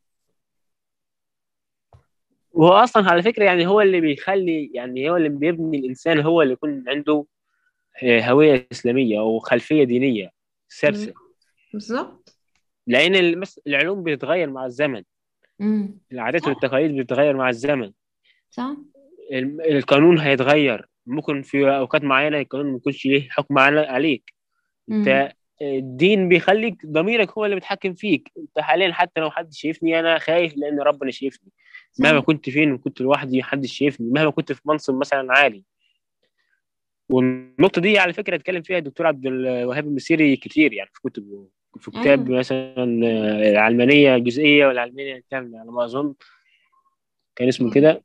وهو اصلا على فكرة يعني هو اللي بيخلي، يعني هو اللي بيبني الانسان، هو اللي يكون عنده هوية اسلامية او خلفية دينية ثابتة. بالظبط. لان العلوم بتتغير مع الزمن، العادات صح. والتقاليد بتتغير مع الزمن، صح. القانون هيتغير، ممكن في اوقات معينه القانون ما يكونش ليه حكم عليك امم. انت. الدين بيخليك ضميرك هو اللي بيتحكم فيك انت حاليا، حتى لو حد شايفني انا خايف لان ربنا شايفني، مهما صح. كنت فين، كنت لوحدي محدش شايفني، مهما كنت في منصب مثلا عالي. والنقطه دي على فكره اتكلم فيها الدكتور عبد الوهاب المسيري كتير، يعني في كتبه، في كتاب ايوه. مثلا العلمانيه الجزئيه والعلمانيه الكامله على ما اظن كان اسمه كده.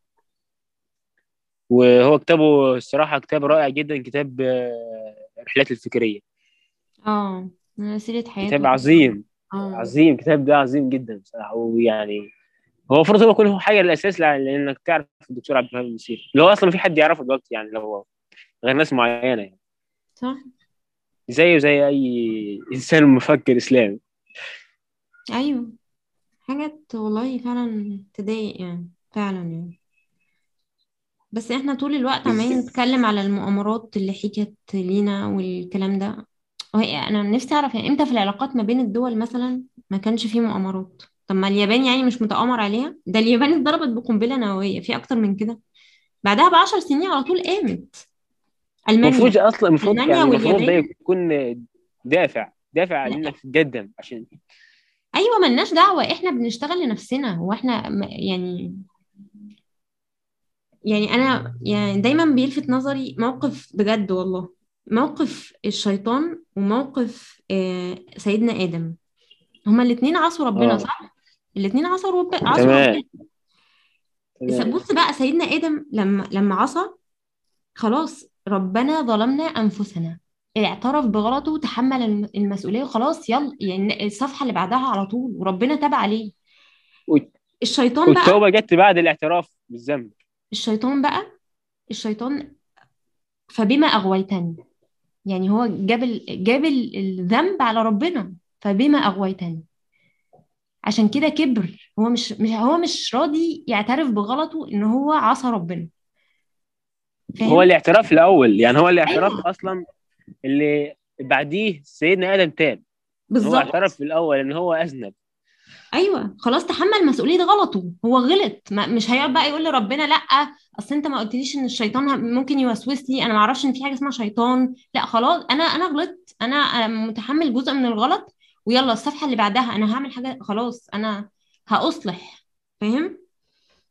وهو كتابه الصراحة كتاب رائع جدا، كتاب الرحلات الفكرية. اه. سيرة حياته كتاب كده. عظيم، اه. عظيم، كتاب ده عظيم جدا بصراحة. ويعني هو المفروض هو يكون هو حاجة الأساس لأنك تعرف الدكتور عبد الوهاب المسيري، اللي هو أصلا في حد يعرفه دلوقتي يعني، لو غير ناس معينة يعني، صح. زيه زي أي إنسان مفكر إسلامي. ايوه. حاجات والله فعلا تضايق يعني، فعلا يعني. بس احنا طول الوقت عمالين بز... نتكلم على المؤامرات اللي حكت لينا والكلام ده. انا نفسي اعرف يعني امتى في العلاقات ما بين الدول مثلا ما كانش فيه مؤامرات؟ طب ما اليابان يعني مش متآمر عليها؟ ده اليابان اتضربت بقنبلة نووية في اكتر من كده، بعدها ب10 سنين على طول قامت المانيا. المفروض أصلا، المانيا يعني المفروض ده واليابان. يكون دافع إنك تتقدم عشان. ايوه، ملناش دعوة، احنا بنشتغل لنفسنا، واحنا يعني انا يعني دايما بيلفت نظري موقف بجد والله، موقف الشيطان وموقف سيدنا آدم. هما الاتنين عصوا ربنا، اه صح؟ الاتنين عصوا تمام ربنا. تمام. بص بقى سيدنا آدم لما عصى، خلاص ربنا ظلمنا أنفسنا، اعترف بغلطه وتحمل المسؤولية، وخلاص يلا يعني الصفحة اللي بعدها على طول، وربنا تاب عليه. الشيطان بقى والتوبة جت بعد الاعتراف بالذنب. الشيطان بقى الشيطان فبما أغويتني، يعني هو جاب الذنب على ربنا، فبما أغويتني. عشان كده كبر، هو مش راضي يعترف بغلطه ان هو عصى ربنا، هو فاهم؟ الاعتراف الأول، يعني هو الاعتراف ايوه. أصلا اللي بعديه سيدنا آدم تاب. هو اعترف بالظبط. في الأول إن هو أذنب. ايوه خلاص تحمل مسؤوليه غلطه، هو غلط، مش هيقعد بقى يقول لربنا لا، اصل انت ما قلتليش ان الشيطان ممكن يوسوس لي، انا ما اعرفش ان في حاجه اسمها شيطان. لا خلاص، انا غلطت، انا متحمل جزء من الغلط، ويلا الصفحه اللي بعدها انا هعمل حاجه، خلاص انا هأصلح، فاهم؟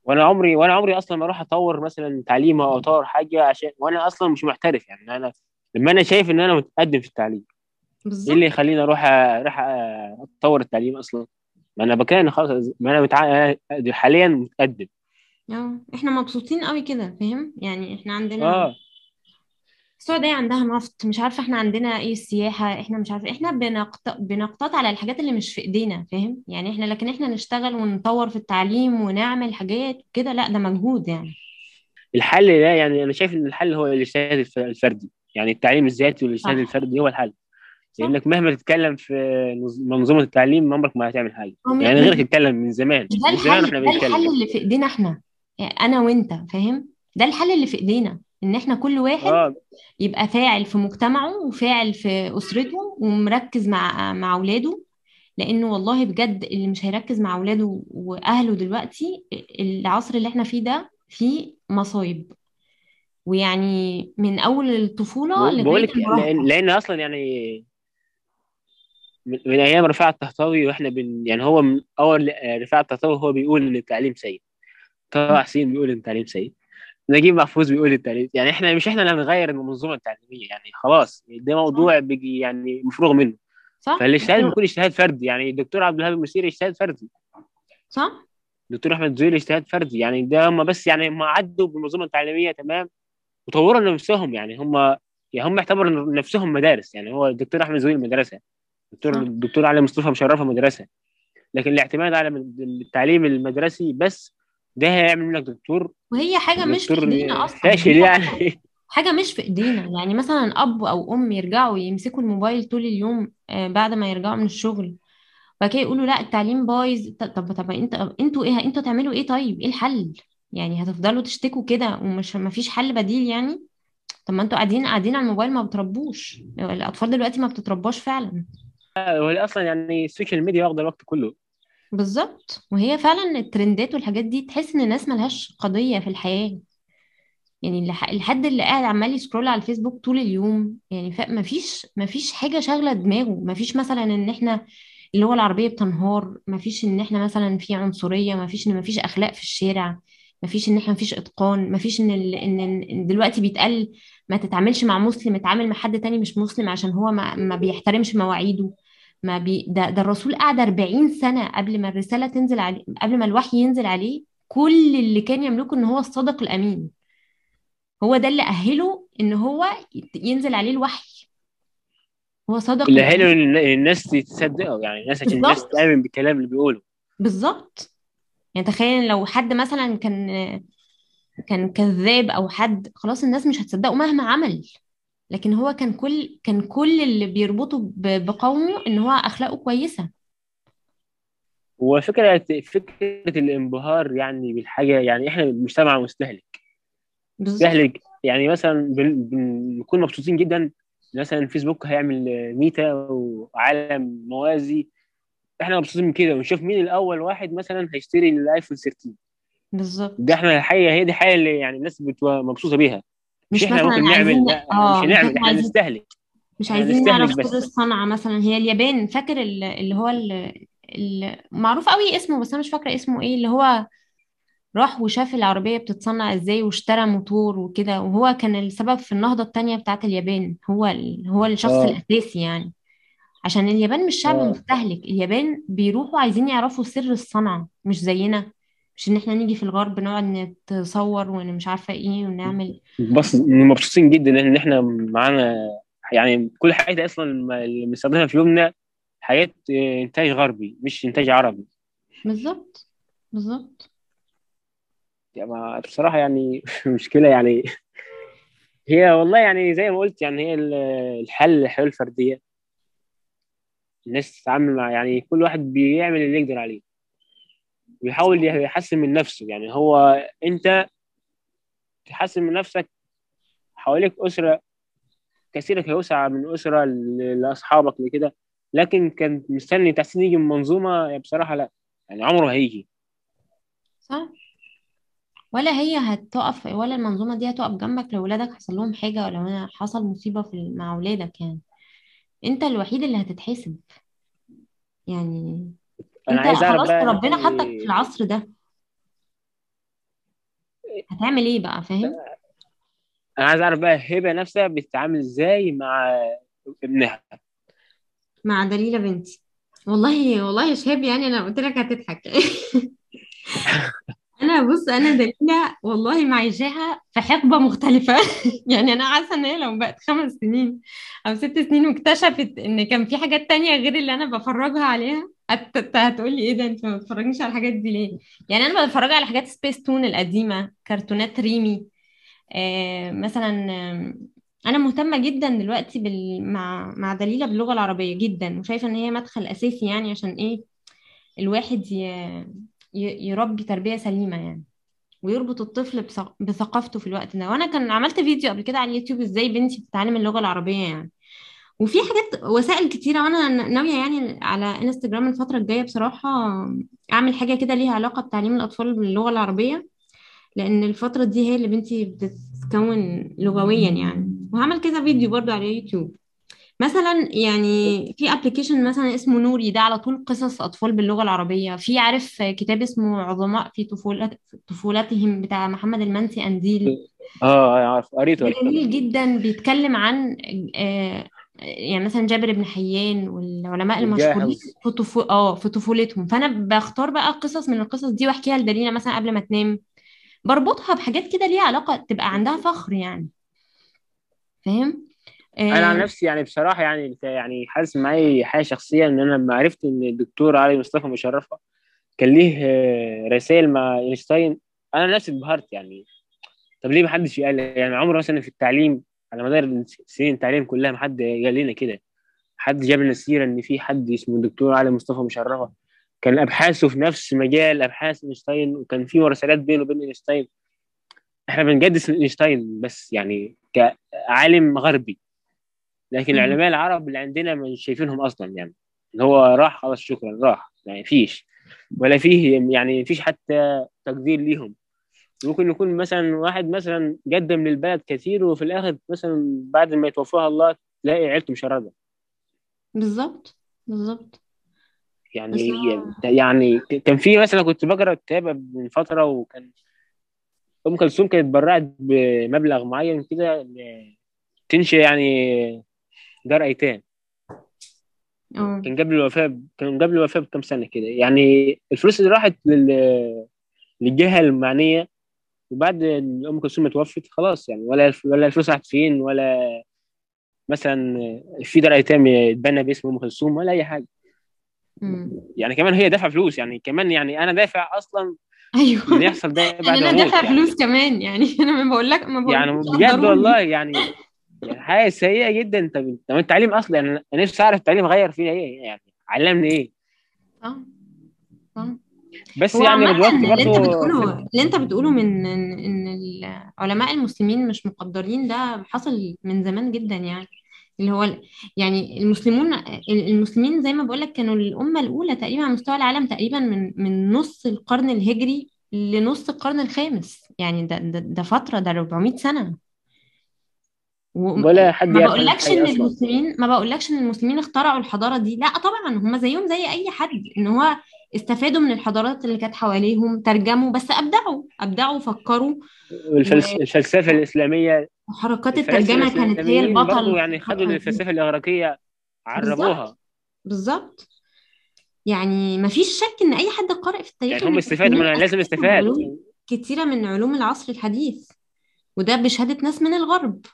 وانا عمري اصلا ما اروح اطور مثلا تعليم او اطور حاجه عشان وانا اصلا مش محترف. يعني انا لما انا شايف ان انا متقدم في التعليم، ايه اللي بالظبط. يخليني اروح اطور التعليم اصلا؟ ما انا بكان خلاص، ما انا حاليا متقدم. احنا مبسوطين قوي كده، فاهم؟ يعني احنا عندنا اه السعودية عندها نفط، مش عارفة احنا عندنا ايه السياحة، احنا مش عارفة، احنا بنقتات على الحاجات اللي مش في ايدينا، فاهم؟ يعني احنا لكن احنا نشتغل ونطور في التعليم ونعمل حاجات كده، لا ده مجهود يعني. الحل ده، يعني انا شايف ان الحل هو الاجتهاد الفردي. يعني التعليم الذاتي والاجتهاد صح. الفردي هو الحل. صح. لانك مهما تتكلم في منظومه التعليم عمرك ما هتعمل حاجه. هو يعني مش غيرك يتكلم من زمان مش ده من زمان الحل، واحنا ده الحل بنتكلم. اللي في ايدينا احنا، يعني انا وانت، فاهم؟ ده الحل اللي في ايدينا، ان احنا كل واحد اه يبقى فاعل في مجتمعه وفاعل في اسرته ومركز مع اولاده. لانه والله بجد اللي مش هيركز مع اولاده واهله دلوقتي، العصر اللي احنا فيه ده فيه مصايب، ويعني من اول الطفولة بقول لغاية لك، لان المراهقة. لأن اصلا يعني من ايام رفاعة الطهطاوي واحنا يعني هو من اول رفاعة الطهطاوي هو بيقول ان التعليم سيء. طه حسين بيقول ان التعليم سيء. نجيب محفوظ بيقول التعليم، يعني احنا اللي هنغير المنظومه التعليميه. يعني خلاص ده صح. موضوع بيجي يعني مفروغ منه. صح. فالاجتهاد بيكون اجتهاد فردي. يعني الدكتور عبد الوهاب المسيري اجتهاد فردي، صح. الدكتور احمد زويل اجتهاد فردي. يعني ده هم بس يعني هم عدوا بالمنظومه التعليميه تمام وطوروا نفسهم. يعني هم اعتبروا نفسهم مدارس. يعني هو الدكتور احمد زويل مدرسه، صح. الدكتور علي مصطفى مشرفه مدرسه. لكن الاعتماد على التعليم المدرسي بس ده هيعمل منك دكتور، وهي حاجة مش في دكتور ايدينا اصلا، فاشل هي حاجة يعني. حاجة مش في ايدينا. يعني مثلا اب او ام يرجعوا يمسكوا الموبايل طول اليوم بعد ما يرجعوا من الشغل، وبعد كده يقولوا لا التعليم بايظ. طب انتوا ايه؟ انتوا تعملوا ايه؟ طيب ايه الحل؟ يعني هتفضلوا تشتكوا كده ومش ما فيش حل بديل يعني؟ طب ما انتوا قاعدين على الموبايل، ما بتربوش الاطفال دلوقتي، ما بتترباش فعلا. هو اصلا يعني السوشيال ميديا واخده الوقت كله. بالظبط. وهي فعلا الترندات والحاجات دي تحس ان الناس ملهاش قضية في الحياة. يعني الحد اللي قاعد عمال يسكرول على الفيسبوك طول اليوم، يعني مفيش حاجة شاغلة دماغه. مفيش مثلا ان احنا اللي هو العربية بتنهار، مفيش ان احنا مثلا في عنصرية، مفيش ان مفيش اخلاق في الشارع، مفيش ان احنا مفيش اتقان، مفيش إن دلوقتي بيتقال ما تتعاملش مع مسلم، اتعامل مع حد تاني مش مسلم عشان هو ما بيحترمش مواعيده. ما بي ده الرسول قعد 40 سنة قبل ما الرسالة تنزل عليه، قبل ما الوحي ينزل عليه. كل اللي كان يملكه ان هو الصادق الامين، هو ده اللي أهله إن هو ينزل عليه الوحي. هو صدق اللي حلو الأمين. ان الناس تصدقه، يعني الناس عشان الناس بالظبط. تآمن بالكلام اللي بيقوله. بالظبط. يعني تخيل لو حد مثلا كان كذاب أو حد، خلاص الناس مش هتصدقه مهما عمل. لكن هو كان كل اللي بيربطه بقومه إن هو أخلاقه كويسة. وفكره الانبهار يعني بالحاجه، يعني احنا مجتمع بالظبط. مستهلك. يعني مثلا بنكون مبسوطين جدا. مثلا فيسبوك هيعمل ميتا وعالم موازي، احنا مبسوطين من كده ونشوف مين الاول واحد مثلا هيشتري الايفون 13. ده بالظبط. احنا الحقيقه هي دي حاجه اللي يعني الناس بتبقى مبسوطه بيها. مش مش احنا مثلا ممكن عايزين نعمل، لا احنا مش مش هنعمل، احنا احنا عايزين، نستهلك. مش احنا عايزين نستهلك نعرف سر بس. الصنعة. مثلا هي اليابان، فاكر اللي هو معروف قوي اسمه، بس انا مش فاكرة اسمه ايه، اللي هو راح وشاف العربية بتتصنع ازاي واشترى موتور وكده، وهو كان السبب في النهضة التانية بتاعت اليابان، هو الشخص اه الأساسي يعني. عشان اليابان مش شعب اه مستهلك، اليابان بيروحوا عايزين يعرفوا سر الصنعة، مش زينا. مش ان احنا نيجي في الغرب نقعد نتصور مش عارفة ايه ونعمل. بس مبسوطين جدا ان احنا معانا. يعني كل حاجه اصلا اللي بنستخدمها في يومنا حاجات انتاج غربي مش انتاج عربي. بالظبط. بالظبط. يعني بصراحه يعني مشكله يعني. هي والله يعني زي ما قلت، يعني هي الحلول الفرديه. الناس تتعامل مع، يعني كل واحد بيعمل اللي يقدر عليه ويحاول يحسن من نفسه. يعني هو انت تحسن من نفسك، حواليك اسره كثيره هيوسع من اسره لاصحابك لكده. لكن كان مستني تحسين يجي من منظومه، بصراحه لا، يعني عمره ما هيجي. صح. ولا هي هتقف، ولا المنظومة دي هتقف جنبك لو ولادك حصل لهم حاجة، ولا لو حصل مصيبة مع ولادك يعني. انت الوحيد اللي هتتحاسب يعني. انا انت عايز اعرف خلاص بقى انت. ربنا حطك في العصر ده. هتعمل ايه بقى؟ فاهم؟ انا عايز اعرف بقى هبه نفسها بتتعامل ازاي مع ابنها. مع دليلة بنتي. والله والله يا شهاب، يعني انا قلت لك هتضحك. انا بص، انا دليلة والله معيشاها في حقبة مختلفة. يعني انا حاسة ان هي لو بقت 5 سنين او 6 سنين واكتشفت ان كان في حاجات تانية غير اللي انا بفرجها عليها، هتقولي ايه ده؟ انت ما بتفرجيش على الحاجات دي ليه؟ يعني انا بتفرج على حاجات سبيس تون القديمة، كرتونات ريمي. مثلا انا مهتمه جدا دلوقتي مع دليله باللغه العربيه جدا، وشايفه ان هي مدخل اساسي، يعني عشان ايه؟ الواحد يربي تربيه سليمه يعني، ويربط الطفل بثقافته في الوقت ده. وانا كان عملت فيديو قبل كده على اليوتيوب ازاي بنتي بتتعلم اللغه العربيه يعني. وفي حاجات وسائل كتيره، وانا ناويه يعني على انستجرام الفتره الجايه بصراحه اعمل حاجه كده ليها علاقه بتعليم الاطفال باللغه العربيه، لان الفتره دي هي اللي بنتي بتتكون لغويا يعني. وهعمل كذا فيديو برضو على يوتيوب. مثلا يعني في ابلكيشن مثلا اسمه نوري، ده على طول قصص اطفال باللغه العربيه. في عارف كتاب اسمه عظماء في طفولتهم بتاع محمد المنسي قنديل. اه عارف، قريته ده الكتاب ده. جميل جدا، بيتكلم عن يعني مثلا جابر بن حيان والعلماء المشهورين والجاحظ. في طفولتهم. فانا بختار بقى قصص من القصص دي واحكيها لدليلة مثلا قبل ما تنام، بربطها بحاجات كده ليها علاقة، تبقى عندها فخر يعني. فاهم؟ انا عن آه. نفسي يعني بصراحه يعني يعني حاسس معايا حاجه شخصيه ان انا لما عرفت ان الدكتور علي مصطفى مشرفه كان ليه رسائل مع اينشتاين، انا نفسي انبهرت يعني. طب ليه محدش قال يعني؟ عمره مثلا في التعليم على مدار سنين التعليم كلها محد قال لنا كده؟ حد جاب لنا السيره ان في حد اسمه الدكتور علي مصطفى مشرفه كان ابحاثه في نفس مجال ابحاث اينشتاين، وكان في مراسلات بينه وبين اينشتاين. احنا بنقدس اينشتاين بس يعني كعالم غربي، لكن مم. العلماء العرب اللي عندنا مش شايفينهم اصلا يعني. اللي هو راح خلاص شكرا راح، يعني فيش ولا فيه يعني فيش حتى تقدير ليهم. ممكن يكون مثلا واحد مثلا قدم للبلد كثير وفي الاخر مثلا بعد ما يتوفاها الله تلاقي عيلته مشردة. بالظبط بالظبط. بس يعني كان في مثلا كنت بقرا كتاب من فتره، وكان ام كلثوم كانت اتبرعت بمبلغ معين كده تنشئ يعني دار ايتام. اه. كان قبل الوفاه بكم سنه كده يعني. الفلوس اللي راحت للجهه المعنيه، وبعد ام كلثوم توفت خلاص يعني، ولا الفلوس راحت فين، ولا مثلا في دار ايتام اتبنى باسم ام كلثوم، ولا اي حاجه. مم. يعني كمان هي دافعه فلوس يعني، كمان يعني انا دافع اصلا ايوه. ان يحصل ده يعني بعد ما انا اموت دافع فلوس يعني. كمان يعني. انا ما يعني بقولكش بجد قدروني. والله يعني. يعني حاجه سيئه جدا. طب التعليم اصلا يعني انا نفسي اعرف التعليم غير فينا ايه يعني، علمني ايه. صح صح. بس هو يعني عامة انا دلوقتي اللي برضو انت في بتقوله، من ان العلماء المسلمين مش مقدرين، ده حصل من زمان جدا يعني. اللي هو يعني المسلمين زي ما بقولك كانوا الأمة الأولى تقريبا على مستوى العالم، تقريبا من نص القرن الهجري لنص القرن الخامس. يعني ده فترة، ده 400 سنة. ولا حد وما يعرف عنهم بقولكش حاجه ان اصلا. المسلمين اخترعوا الحضارة دي، لا طبعا هم زيهم زي اي حد، ان هو استفادوا من الحضارات اللي كانت حواليهم، ترجموا، بس ابدعوا وفكروا. الفلسفه الاسلاميه، وحركات الفلاسفه الترجمة كانت هي الاسلاميين برضو البطل في يعني خدوا الفترة دي. الفلسفه الاغريقيه بالظبط عربوها. بالظبط. يعني ما فيش شك ان اي حد قارئ في التاريخ يعني ان هم استفادوا المسلمين منها، لازم استفادوا من استفاد. علوم كتيرة، من علوم العصر الحديث، وده بشهادة ناس من الغرب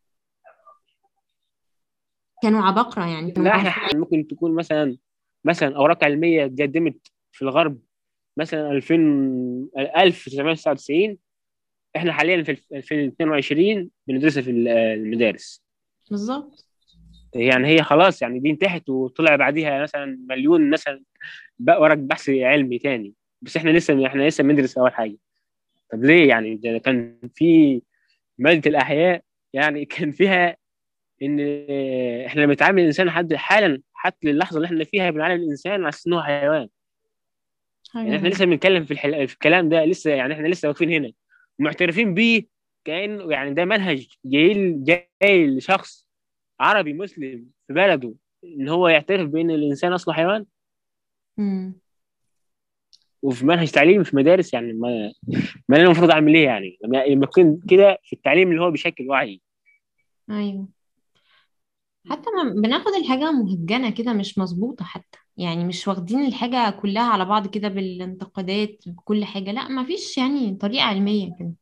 كانوا عباقرة يعني، كانوا لا احنا موسوعين. ممكن تكون مثلا اوراق علميه اتقدمت في الغرب مثلا 2000 1999، احنا حاليا في 2022 بندرسها في المدارس. بالظبط. يعني هي خلاص يعني دي انتهت، وطلع بعديها مثلا مليون مثلا بقى ورق بحث علمي تاني. بس احنا لسه بندرس اول حاجه. طب ليه يعني؟ ده كان في ماده الاحياء يعني كان فيها ان احنا بنتعامل الانسان لحد حالا حتى اللحظه اللي احنا فيها بنعامل الانسان على اساس انه حيوان. يعني احنا حاجة. لسه بنتكلم في الكلام ده لسه، يعني احنا لسه واقفين هنا معترفين بيه كأنه يعني ده منهج جاي لشخص عربي مسلم في بلده ان هو يعترف بان الانسان اصله حيوان. مم. وفي منهج تعليمي في مدارس، يعني ما انا المفروض اعمل ايه يعني لما يكون كده في التعليم اللي هو بيشكل وعي. ايوه، حتى ما بناخد الحاجة مهجنة كده، مش مظبوطة حتى، يعني مش واخدين الحاجة كلها على بعض كده بالانتقادات بكل حاجة، لا ما فيش يعني طريقة علمية كده.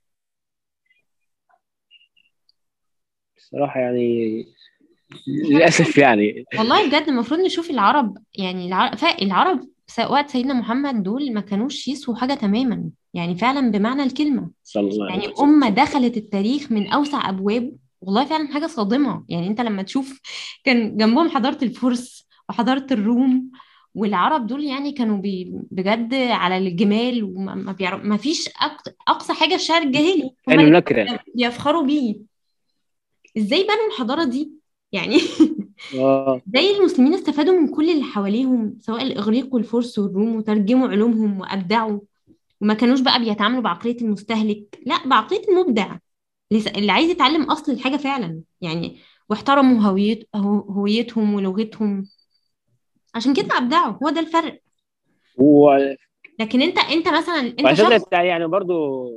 الصراحه يعني احنا للاسف يعني. والله بجد المفروض نشوف العرب، يعني العرب وقت سيدنا محمد دول ما كانوش يسووا حاجة تماما، يعني فعلا بمعنى الكلمة. صلى الله عليه يعني وسلم. أمة دخلت التاريخ من أوسع أبوابه، والله فعلا حاجة صادمة. يعني أنت لما تشوف كان جنبهم حضارة الفرس وحضارة الروم، والعرب دول يعني كانوا بجد على الجمال، وما ما بيعرف ما فيش أقصى حاجة الشعر الجاهلي هم علم اللي نكره. بيفخروا بيه. إزاي بنوا الحضارة دي يعني؟ اه. زي المسلمين استفادوا من كل اللي حواليهم، سواء الإغريق والفرس والروم، وترجموا علومهم وأبدعوا، وما كانوش بقى بيتعاملوا بعقلية المستهلك، لا بعقلية المبدع، اللي عايز يتعلم أصل الحاجة فعلا يعني، واحترموا هويتهم ولغتهم، عشان كده أبدعوا. هو ده الفرق. و- لكن انت مثلا انت وعلى فكره شخص، يعني برضو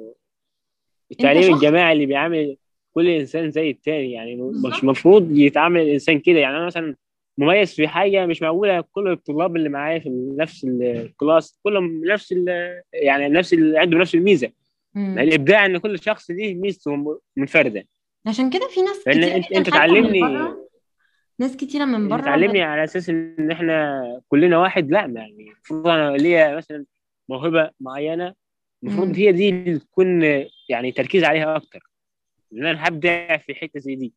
انت التعليم شخص الجماعي اللي بيعامل كل انسان زي التاني، يعني مش بالظبط. المفروض يتعامل الانسان كده. يعني انا مثلا مميز في حاجه مش موجوده كل الطلاب اللي معايا في نفس الكلاس كلهم نفس يعني نفس عنده نفس الميزه. ما مم. الابداع ان كل شخص ليه ميزته منفرده. عشان كده في ناس لان كتيرة انت جدا حتى من تعلمني بره، ناس كتيرة من انت بره تعلمني على اساس ان احنا كلنا واحد. لا يعني المفروض انا ليا مثلا موهبه معينه، المفروض مم. هي دي اللي تكون يعني تركيز عليها اكتر، لان انا هبدع في حته زي دي.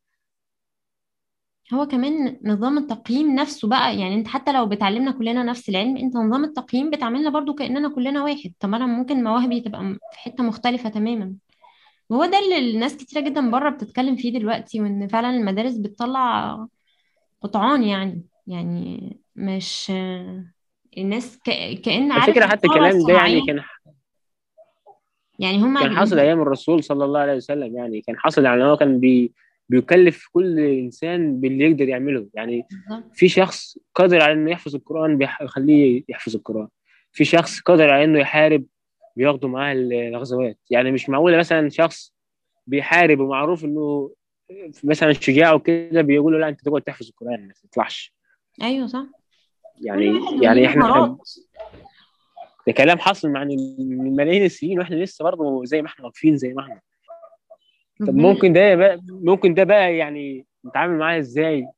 هو كمان نظام التقييم نفسه بقى، يعني انت حتى لو بتعلمنا كلنا نفس العلم، انت نظام التقييم بتعاملنا برضو كأننا كلنا واحد. طب انا ممكن مواهبي تبقى في حتة مختلفة تماما. وهو ده اللي الناس كتيرة جدا بره بتتكلم فيه دلوقتي، وان فعلا المدارس بتطلع قطعان، يعني مش الناس كأن على عارف فكره حتى الثورة الكلام ده يعني الصناعية، كان يعني هما كان حاصل ايام الرسول صلى الله عليه وسلم. يعني كان حاصل، يعني هو كان بيكلف كل انسان باللي يقدر يعمله. يعني بالظبط. في شخص قادر على انه يحفظ القران بيخليه يحفظ القران. في شخص قادر على انه يحارب بياخدوا معاه الغزوات. يعني مش معقوله مثلا شخص بيحارب ومعروف انه مثلا شجاع وكده بيقولوا لا انت تقعد تحفظ القران ما تطلعش. ايوه صح. كل يعني واحد وليه يعني احنا مهارات. ده كلام حصل من ملايين السنين واحنا لسه برضه زي ما احنا واقفين زي ما احنا. طب ربنا. ممكن ده بقى يعني نتعامل معاه ازاي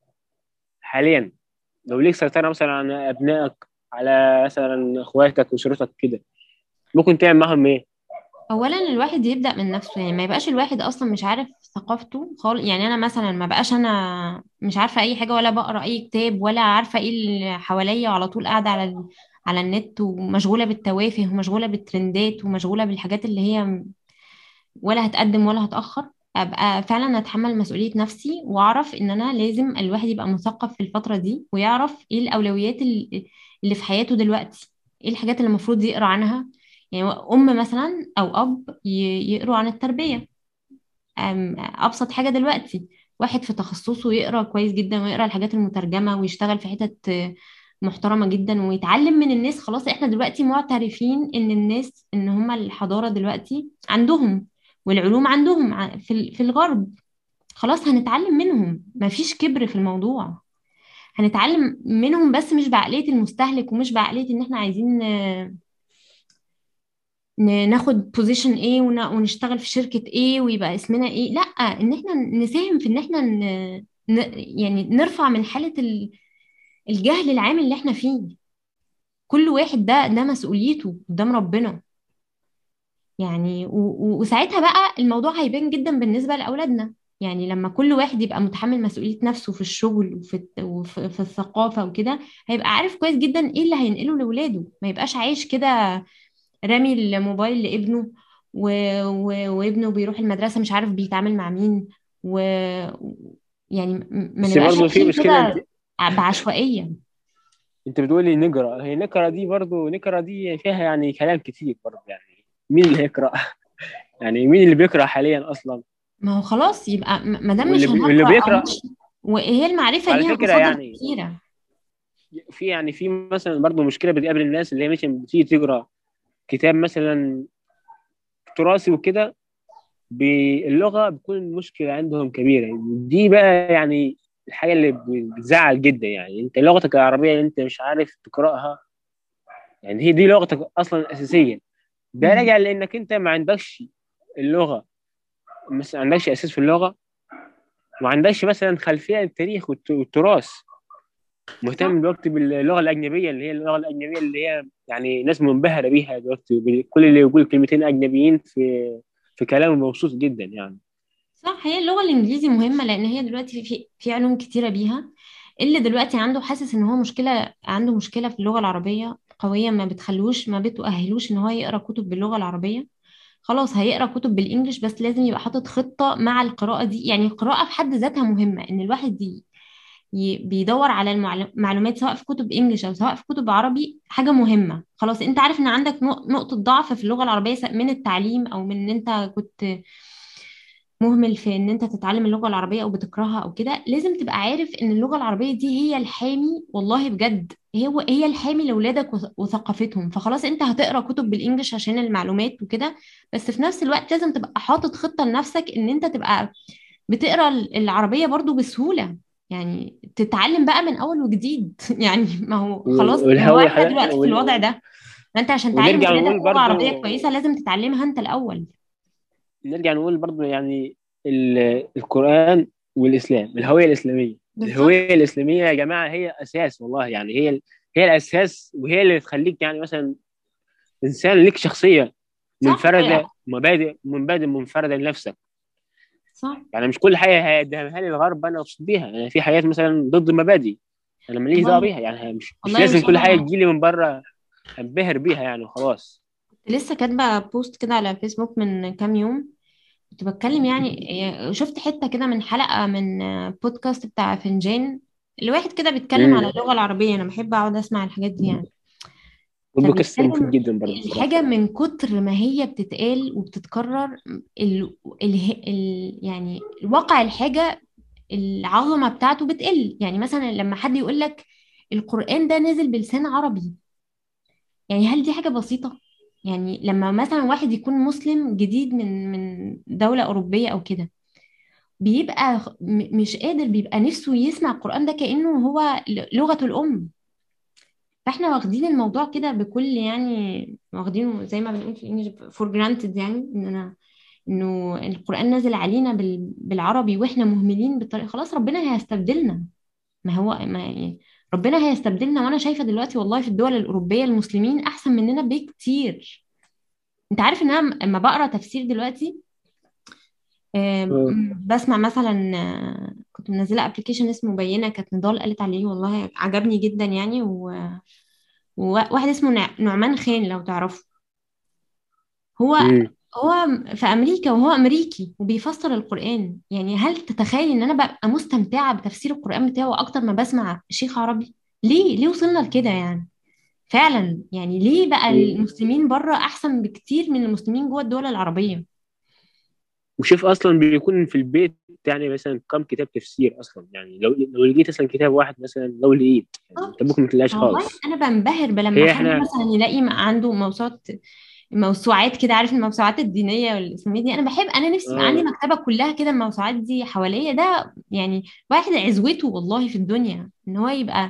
حاليا؟ لو ليك سيطرة مثلا على ابنائك، على مثلا اخواتك واسرتك كده، ممكن تعمل معاهم ايه؟ اولا الواحد يبدا من نفسه، يعني ما يبقاش الواحد اصلا مش عارف ثقافته خالص. يعني انا مثلا ما بقاش انا مش عارفه اي حاجه، ولا بقرا اي كتاب، ولا عارفه ايه اللي حواليا، وعلى طول قاعده على النت، ومشغوله بالتوافه، ومشغوله بالترندات، ومشغوله بالحاجات اللي هي ولا هتقدم ولا هتاخر. ابقى فعلا اتحمل مسؤوليه نفسي، واعرف ان انا لازم الواحد يبقى مثقف في الفتره دي، ويعرف ايه الاولويات اللي في حياته دلوقتي، ايه الحاجات اللي المفروض يقرا عنها. يعني أم مثلا أو أب يقروا عن التربية. أبسط حاجة دلوقتي، واحد في تخصصه يقرأ كويس جدا، ويقرأ الحاجات المترجمة، ويشتغل في حتت محترمة جدا، ويتعلم من الناس. خلاص احنا دلوقتي معترفين ان الناس، ان هم الحضارة دلوقتي عندهم، والعلوم عندهم في الغرب. خلاص هنتعلم منهم، مفيش كبر في الموضوع. هنتعلم منهم، بس مش بعقلية المستهلك، ومش بعقلية ان احنا عايزين ناخد بوزيشن ايه، ونشتغل في شركة ايه، ويبقى اسمنا ايه. لا، ان احنا نساهم في ان احنا يعني نرفع من حالة الجهل العام اللي احنا فيه. كل واحد ده مسؤوليته قدام ربنا. يعني وساعتها بقى الموضوع هيبان جدا بالنسبة لأولادنا. يعني لما كل واحد يبقى متحمل مسؤولية نفسه في الشغل، وفي الثقافة وكده، هيبقى عارف كويس جدا ايه اللي هينقله لولاده. ما يبقاش عايش كده رامي الموبايل لابنه، وابنه بيروح المدرسة مش عارف بيتعامل مع مين، و... يعني ما بس نبقاش برضه في عايشين مشكلة. انت كده بعشوائية. انت بتقولي نقرا، هي نقرا دي برضه نقرا دي فيها يعني كلام كتير برضه. يعني مين اللي هيقرا؟ يعني مين اللي بيقرا حاليا اصلا؟ ما هو خلاص يبقى ما دام مش واللي هنقرأ، او بيقرا مش، وهي المعرفة وعلى ليها فكرة مصادر يعني كتيرة. في مثلا برضه مشكله بتقابل الناس اللي هي مثلا بتيجي تقرا كتاب مثلا تراثي وكده، باللغه بتكون المشكله عندهم كبيره. دي بقى يعني الحاجه اللي بتزعل جدا. يعني انت لغتك العربيه اللي انت مش عارف تقراها، يعني هي دي لغتك اصلا الاساسيه. ده مم. راجع لانك انت ما عندكش اللغه، ما عندكش اساس في اللغه، ما عندكش مثلا خلفيه للتاريخ والتراث. صح. مهتم دلوقتي باللغه الاجنبيه، اللي هي اللغه الاجنبيه اللي هي يعني ناس منبهره بيها دلوقتي، كل اللي يقول كلمتين اجنبيين في كلامه مبسوط جدا يعني. صح، هي اللغة الإنجليزي مهمة لأن هي دلوقتي في علوم كتيرة بيها. اللي دلوقتي عنده حاسس إن هو عنده مشكلة في اللغة العربية قوية، ما بتؤهلوش إن هو يقرأ كتب باللغة العربية. خلاص هيقرأ كتب بالإنجليش، بس لازم يبقى حاطط خطة مع القراءة دي. يعني القراءة في حد ذاتها مهمة، إن الواحد بيدور على المعلومات سواء في كتب إنجليش أو سواء في كتب عربي، حاجة مهمة. خلاص أنت عارف إن عندك نقطة ضعف في اللغة العربية، من التعليم أو من إن أنت كنت مهمل في ان انت تتعلم اللغة العربية او بتكرهها او كده. لازم تبقى عارف ان اللغة العربية دي هي الحامي، والله بجد هي الحامي لاولادك وثقافتهم. فخلاص انت هتقرا كتب بالانجلش عشان المعلومات وكده، بس في نفس الوقت لازم تبقى حاطط خطة لنفسك ان انت تبقى بتقرا العربية برضو بسهولة، يعني تتعلم بقى من اول وجديد. يعني ما هو خلاص، ما هو والهوية احنا دلوقتي في الوضع ده. ما انت عشان تعلم ونرجع ولادك نقول لغة برضو عربية كويسة لازم تتعلمها انت الاول. يعني القرآن والإسلام، الهوية الإسلامية. بالظبط. الهوية الإسلامية يا جماعة هي أساس، والله يعني هي الأساس، وهي اللي تخليك يعني مثلا إنسان ليك شخصية صح. منفردة، مبادئ منفردة لنفسك. صح. يعني مش كل حاجة هيديها لي الغرب أنا أقصد بيها، يعني في حاجات مثلا ضد مبادئي أنا ماليش دعوة والله بيها. يعني مش والله لازم مش كل حاجة انا تجيلي من بره أنبهر بيها يعني وخلاص. لسه كاتبه بوست كده على فيسبوك من كام يوم. كنت بتكلم شفت حته كده من حلقه من بودكاست بتاع فنجان، الواحد كده بيتكلم على امم اللغه العربيه. انا بحب اقعد اسمع الحاجات دي يعني. والبودكاست مفيد فبيتكلم جدا برضه بصراحة. الحاجه من كتر ما هي بتتقال وبتتكرر، يعني الواقع الحاجه العظمه بتاعته بتقل. يعني مثلا لما حد يقول لك القرآن ده نازل بلسان عربي، يعني هل دي حاجة بسيطة؟ يعني لما مثلا واحد يكون مسلم جديد من دولة أوروبية أو كده، بيبقى مش قادر، بيبقى نفسه يسمع القرآن ده كأنه هو لغته الأم. فاحنا واخدين الموضوع كده بكل، يعني واخدينه زي ما بنقول في الانجليزي for granted، يعني انه القرآن نازل علينا بالعربي واحنا مهملين بالطريقة. خلاص ربنا هيستبدلنا. ما هو ما يعني ربنا هيستبدلنا. وانا شايفة دلوقتي والله في الدول الأوروبية المسلمين احسن مننا بكتير. انت عارف ان انا لما بقرا تفسير دلوقتي، اه. بسمع مثلا، كنت منزله ابلكيشن اسمه بينه، كانت نضال قالت عليه والله عجبني جدا يعني. وواحد اسمه نعمان خان لو تعرفه. هو امم هو في امريكا وهو امريكي وبيفسر القران. يعني هل تتخيل ان انا ببقى مستمتعه بتفسير القران بتاعه اكتر ما بسمع شيخ عربي؟ ليه وصلنا لكده يعني؟ فعلا يعني ليه بقى المسلمين بره احسن بكتير من المسلمين جوه الدول العربيه؟ وشوف اصلا بيكون في البيت يعني مثلا كم كتاب تفسير اصلا. يعني لو لقيت اصلا كتاب واحد مثلا، لو لقيت يعني انت بالظبط. ممكن ما تلاقيش والله خالص. انا بنبهر بلما هي حد احنا مثلا يلاقي عنده موسوعات كده، عارف الموسوعات الدينيه والاسلاميه دي. انا بحب، انا نفسي يبقى عندي اه مكتبه كلها كده الموسوعات دي حواليا. ده يعني واحد عزوته والله في الدنيا ان هو يبقى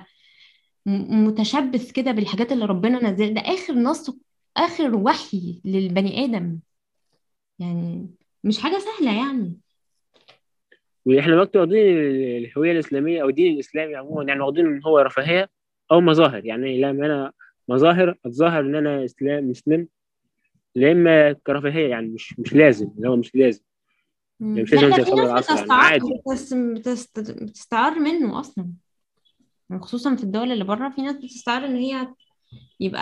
متشبث كده بالحاجات اللي ربنا نزل. ده اخر نص، اخر وحي للبني ادم. يعني مش حاجه سهله يعني. واحنا دلوقتي واخدين الهويه الاسلاميه او الدين الاسلامي عموما، يعني واخدين ان هو رفاهيه او مظاهر. يعني لما انا مظاهر اتظاهر ان انا مسلم، لا اما كرفاهيه، يعني مش لازم، اللي هو مش لازم. يعني مش لازم لا، انزل ده في اصلي ناس العصر، يعني عادي. بتستعار منه اصلا، خصوصا في الدول اللي بره. في ناس بتستعار ان هي يبقى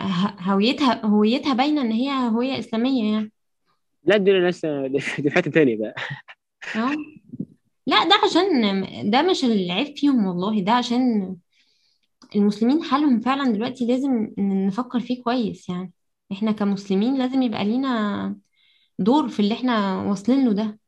هويتها باينه ان هي هويه اسلاميه يعني. لا دول ناس دي في حته تانيه بقى. اه. لا، ده عشان ده مش العيب فيهم والله، ده عشان المسلمين حالهم فعلا دلوقتي لازم نفكر فيه كويس يعني. احنا كمسلمين لازم يبقى لينا دور في اللي احنا واصلين له ده.